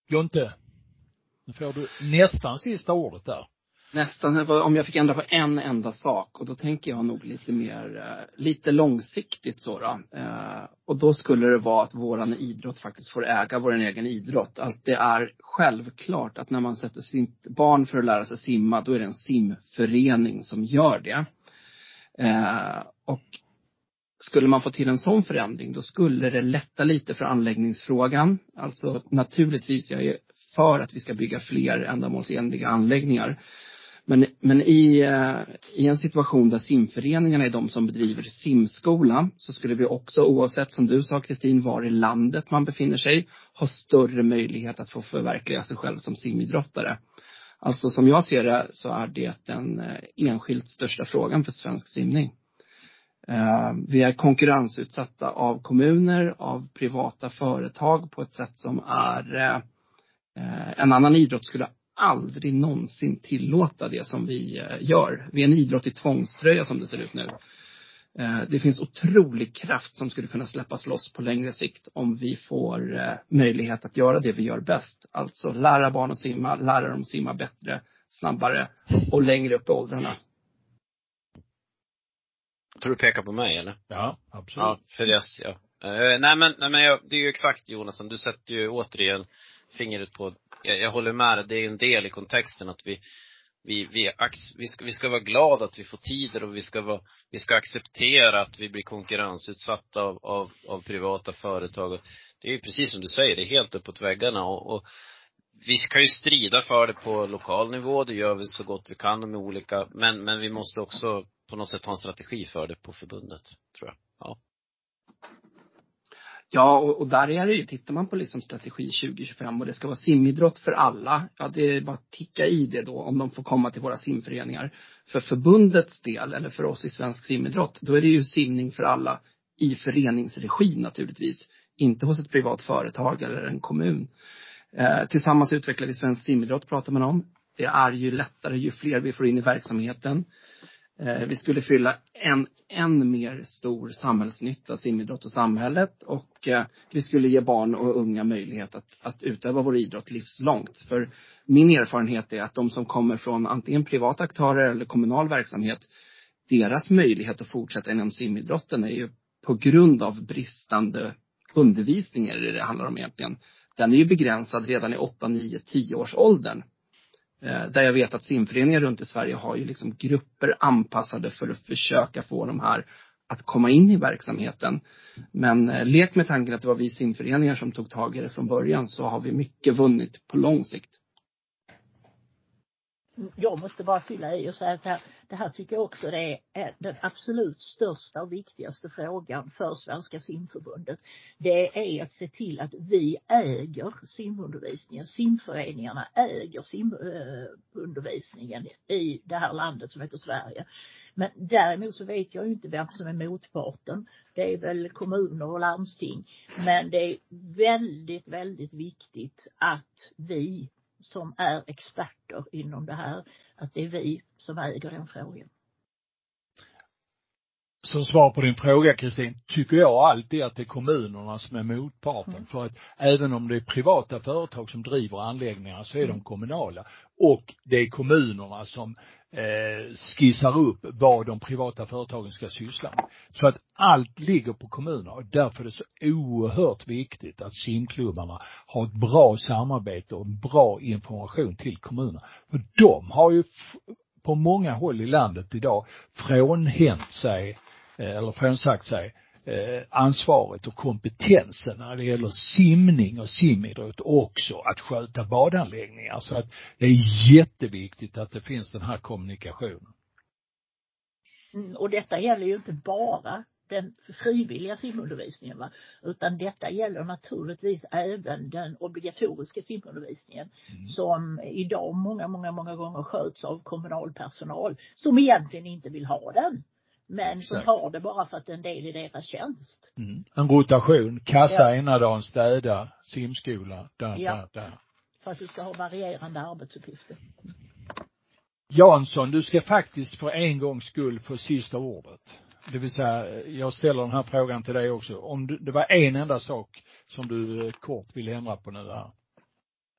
Jonte, nu får du nästan sista ordet där. Nästan, om jag fick ändra på en enda sak. Och då tänker jag nog lite mer, lite långsiktigt så då. Och då skulle det vara att våran idrott faktiskt får äga vår egen idrott. Att det är självklart att när man sätter sitt barn för att lära sig simma, då är det en simförening som gör det. Och skulle man få till en sån förändring, då skulle det lätta lite för anläggningsfrågan. Alltså naturligtvis, jag är för att vi ska bygga fler ändamålsenliga anläggningar. Men, men i, i en situation där simföreningarna är de som bedriver simskola, så skulle vi också, oavsett som du sa Kristin, var i landet man befinner sig, ha större möjlighet att få förverkliga sig själv som simidrottare. Alltså som jag ser det så är det den enskilt största frågan för svensk simning. Vi är konkurrensutsatta av kommuner, av privata företag på ett sätt som är en annan idrott skulle aldrig någonsin tillåta det som vi gör. Vi är en idrott i tvångströja som det ser ut nu. Det finns otrolig kraft som skulle kunna släppas loss på längre sikt om vi får möjlighet att göra det vi gör bäst. Alltså lära barn att simma, lära dem simma bättre, snabbare och längre upp i åldrarna. Tror du pekar på mig eller? Ja, absolut. Ja, för det, ja. Uh, nej men, nej, men jag, det är ju exakt Jonathan, du sätter ju återigen fingret på, jag, jag håller med dig, det är en del i kontexten att vi vi, vi, vi, ska, vi ska vara glada att vi får tider och vi ska, vara, vi ska acceptera att vi blir konkurrensutsatta av, av, av privata företag. Det är ju precis som du säger, det är helt uppåt väggarna och, och vi ska ju strida för det på lokal nivå, det gör vi så gott vi kan med olika, men, men vi måste också på något sätt ha en strategi för det på förbundet, tror jag. Ja. Ja, och, och där är det ju, tittar man på liksom strategi tjugo tjugofem och det ska vara simidrott för alla. Ja, det är bara att ticka i det då om de får komma till våra simföreningar. För förbundets del, eller för oss i svensk simidrott, då är det ju simning för alla i föreningsregi naturligtvis. Inte hos ett privat företag eller en kommun. Eh, tillsammans utvecklar vi svensk simidrott, pratar man om. Det är ju lättare ju fler vi får in i verksamheten. Vi skulle fylla en än mer stor samhällsnytta, simidrott och samhället. Och vi skulle ge barn och unga möjlighet att, att utöva vår idrott livslångt. För min erfarenhet är att de som kommer från antingen privata aktörer eller kommunal verksamhet, deras möjlighet att fortsätta inom simidrotten är ju på grund av bristande undervisning, är det det handlar om egentligen. Den är ju begränsad redan i åtta, nio, tio års åldern. Där jag vet att simföreningar runt i Sverige har ju liksom grupper anpassade för att försöka få de här att komma in i verksamheten. Men lek med tanken att det var vi simföreningar som tog tag i det från början, så har vi mycket vunnit på lång sikt. Jag måste bara fylla i och säga att det här, det här tycker jag också det är den absolut största och viktigaste frågan för Svenska simförbundet. Det är att se till att vi äger simundervisningen. Simföreningarna äger simundervisningen i det här landet som heter Sverige. Men däremot så vet jag ju inte vem som är motparten. Det är väl kommuner och landsting. Men det är väldigt, väldigt viktigt att vi som är experter inom det här, att det är vi som äger den frågan. Som svar på din fråga Kristin, tycker jag alltid att det är kommunerna som är motparten. Mm. För att även om det är privata företag som driver anläggningar, så är mm. de kommunala. Och det är kommunerna som eh, skissar upp vad de privata företagen ska syssla med. Så att allt ligger på kommunerna, och därför är det så oerhört viktigt att simklubbarna har ett bra samarbete och en bra information till kommunerna. För de har ju f- på många håll i landet idag frånhänt sig eller frånsagt sig eh, ansvaret och kompetensen när det gäller simning och simidrott, och också att sköta badanläggningar. Så att det är jätteviktigt att det finns den här kommunikationen. Mm, och detta gäller ju inte bara den frivilliga simundervisningen, va? Utan detta gäller naturligtvis även den obligatoriska simundervisningen mm. som idag många, många, många gånger sköts av kommunal personal som egentligen inte vill ha den. Men som har det bara för att det är en del i deras tjänst. Mm. En rotation, kassa ja. ena dagen, städa, simskola, där, ja. där, där. För att du ska ha varierande arbetsuppgifter. Jansson, du ska faktiskt för en gångs skull få sista ordet. Det vill säga, jag ställer den här frågan till dig också. Om du, det var en enda sak som du kort vill ändra på nu här.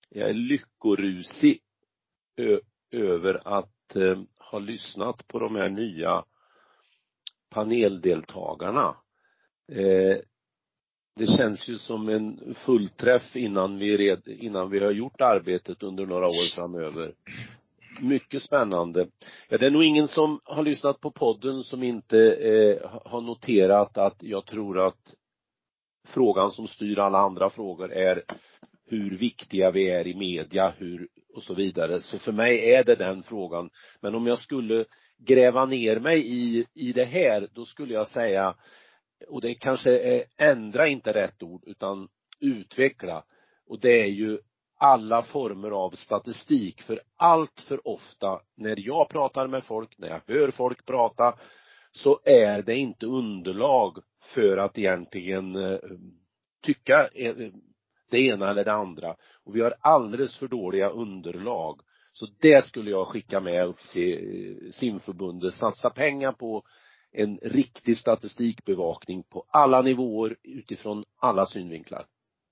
jag är lyckorusig ö- över att eh, ha lyssnat på de här nya paneldeltagarna. Eh, det känns ju som en fullträff innan vi, red, innan vi har gjort arbetet under några år framöver. Mycket spännande. Ja, det är nog ingen som har lyssnat på podden som inte eh, har noterat att jag tror att frågan som styr alla andra frågor är hur viktiga vi är i media, hur och så vidare. Så för mig är det den frågan. Men om jag skulle gräva ner mig i, i det här, då skulle jag säga, och det kanske är ändra inte rätt ord utan utveckla. Och det är ju alla former av statistik. För allt för ofta när jag pratar med folk, när jag hör folk prata, så är det inte underlag för att egentligen eh, tycka eh, det ena eller det andra. Och vi har alldeles för dåliga underlag. Så det skulle jag skicka med upp till simförbundet. Satsa pengar på en riktig statistikbevakning på alla nivåer utifrån alla synvinklar.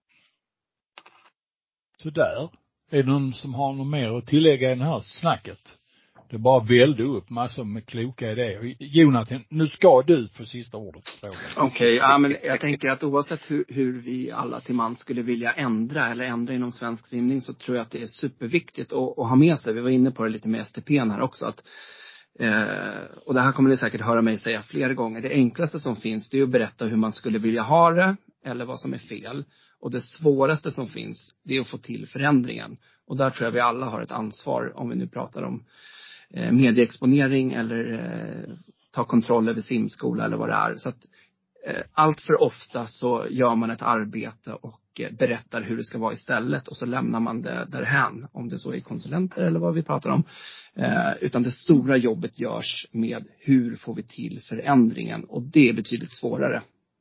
Så där. Är det någon som har något mer att tillägga i det här snacket? Det bara välde upp massor med kloka idéer. Jonathan, nu ska du få sista ordet. Okej, okay, ja, men jag tänker att oavsett hur, hur vi alla till man skulle vilja ändra eller ändra inom svensk simning, så tror jag att det är superviktigt att, att ha med sig. Vi var inne på det lite med S T P:n här också. Att, eh, och det här kommer ni säkert höra mig säga flera gånger. Det enklaste som finns, det är att berätta hur man skulle vilja ha det eller vad som är fel. Och det svåraste som finns, det är att få till förändringen. Och där tror jag vi alla har ett ansvar, om vi nu pratar om eh, medieexponering eller eh, ta kontroll över simskola eller vad det är. Så att eh, allt för ofta så gör man ett arbete och eh, berättar hur det ska vara istället. Och så lämnar man det därhän, om det så är konsulenter eller vad vi pratar om. Eh, utan det stora jobbet görs med hur får vi till förändringen. Och det är betydligt svårare.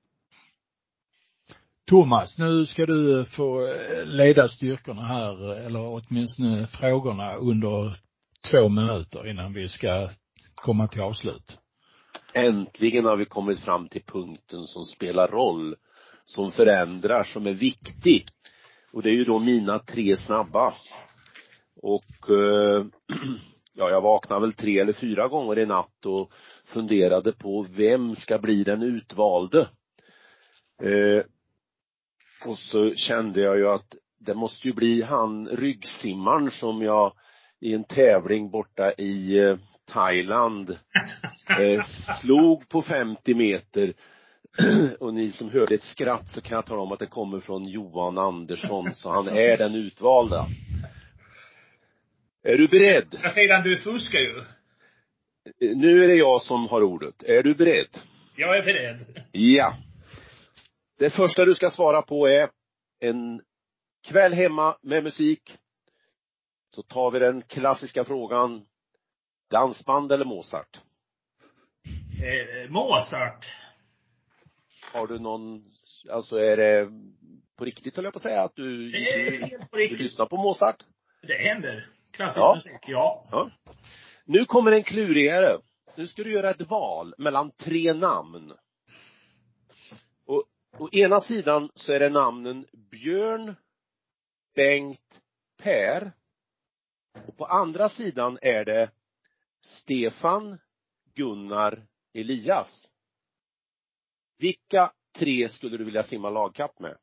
Thomas, nu ska du få leda styrkorna här, eller åtminstone frågorna under två minuter innan vi ska komma till avslut. Äntligen har vi kommit fram till punkten som spelar roll, som förändrar, som är viktig. Och det är ju då mina tre snabba. Och eh, ja, jag vaknade väl tre eller fyra gånger i natt och funderade på vem ska bli den utvalde. Eh, Och så kände jag ju att det måste ju bli han ryggsimmaren som jag i en tävling borta i eh, Thailand eh, slog på femtio meter. Och ni som hörde ett skratt, så kan jag tala om att det kommer från Johan Andersson, så han är den utvalda. Är du beredd? Jag säger att du fuskar ju. Nu är det jag som har ordet. Är du beredd? Jag är beredd. Ja. Det första du ska svara på är en kväll hemma med musik. Så tar vi den klassiska frågan. Dansband eller Mozart? Eh, Mozart. Har du någon, alltså är det på riktigt, höll jag på att säga, att du, Det är du, helt på riktigt. du lyssnar på Mozart? Det händer. Klassisk Ja. musik, ja. Ja. Nu kommer en klurigare. Nu ska du göra ett val mellan tre namn. Och å ena sidan så är det namnen Björn, Bengt, Per. Och på andra sidan är det Stefan, Gunnar, Elias. Vilka tre skulle du vilja simma lagkapp med?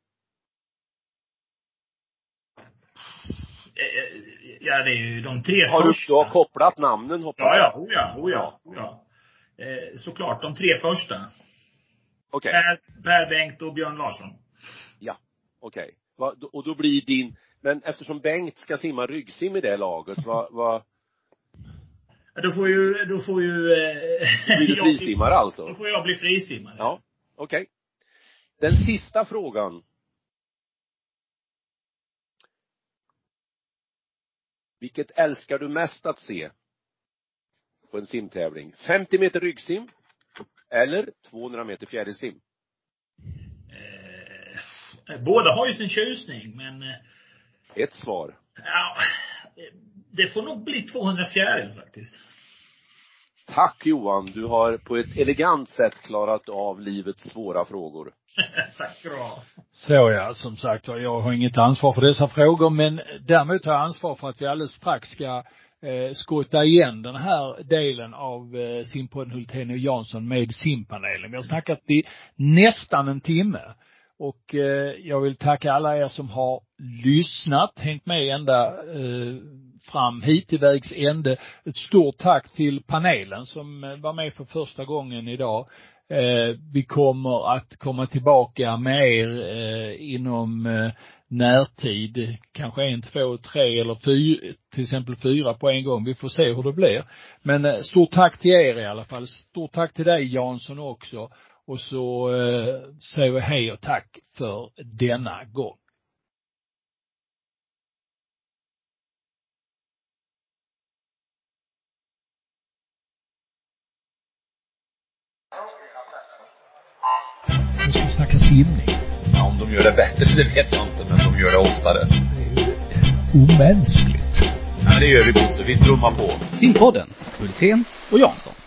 Ja, det är ju de tre Har du första. då kopplat namnen, hoppas Ja, jag? ja, oh ja, oh ja, oh ja. Eh, såklart, de tre första. Okej. Per, Per Bengt och Björn Larsson. Ja, okej. Okay. Och då blir din, men eftersom Bengt ska simma ryggsim i det laget, vad, vad... Ja, då får ju, då får ju... Eh, blir du frisimmare alltså? Då får jag bli frisimmare. Ja, okej. Okay. Den sista frågan. Vilket älskar du mest att se på en simtävling? femtio meter ryggsim eller tvåhundra meter fjärilsim? Eh, båda har ju sin tjusning, men... Eh, Ett svar. Ja, det får nog bli tvåhundra fjäril faktiskt. Tack Johan, du har på ett elegant sätt klarat av livets svåra frågor. Tack ska du ha. Så ja, som sagt, jag har inget ansvar för dessa frågor, men däremot har jag ansvar för att vi alldeles strax ska eh, skotta igen den här delen av eh, Simpodden Hultén och Jansson med simpanelen. Vi har snackat i nästan en timme. Och eh, jag vill tacka alla er som har lyssnat, hängt med ända eh, fram hit till vägs ände. Ett stort tack till panelen som eh, var med för första gången idag. Eh, vi kommer att komma tillbaka med er eh, inom eh, närtid. Kanske en, två, tre eller fyra, till exempel fyra på en gång. Vi får se hur det blir. Men eh, stort tack till er i alla fall. Stort tack till dig Jansson också. Och så eh, säger vi hej och tack för denna gång. Nu ska vi snacka simning. Ja, om de gör det bättre, det vet jag inte, men de gör det oftare. Det är ju omänskligt. Ja, det gör vi, Bosse. Vi trummar på. Simpodden, Hultén och Jansson.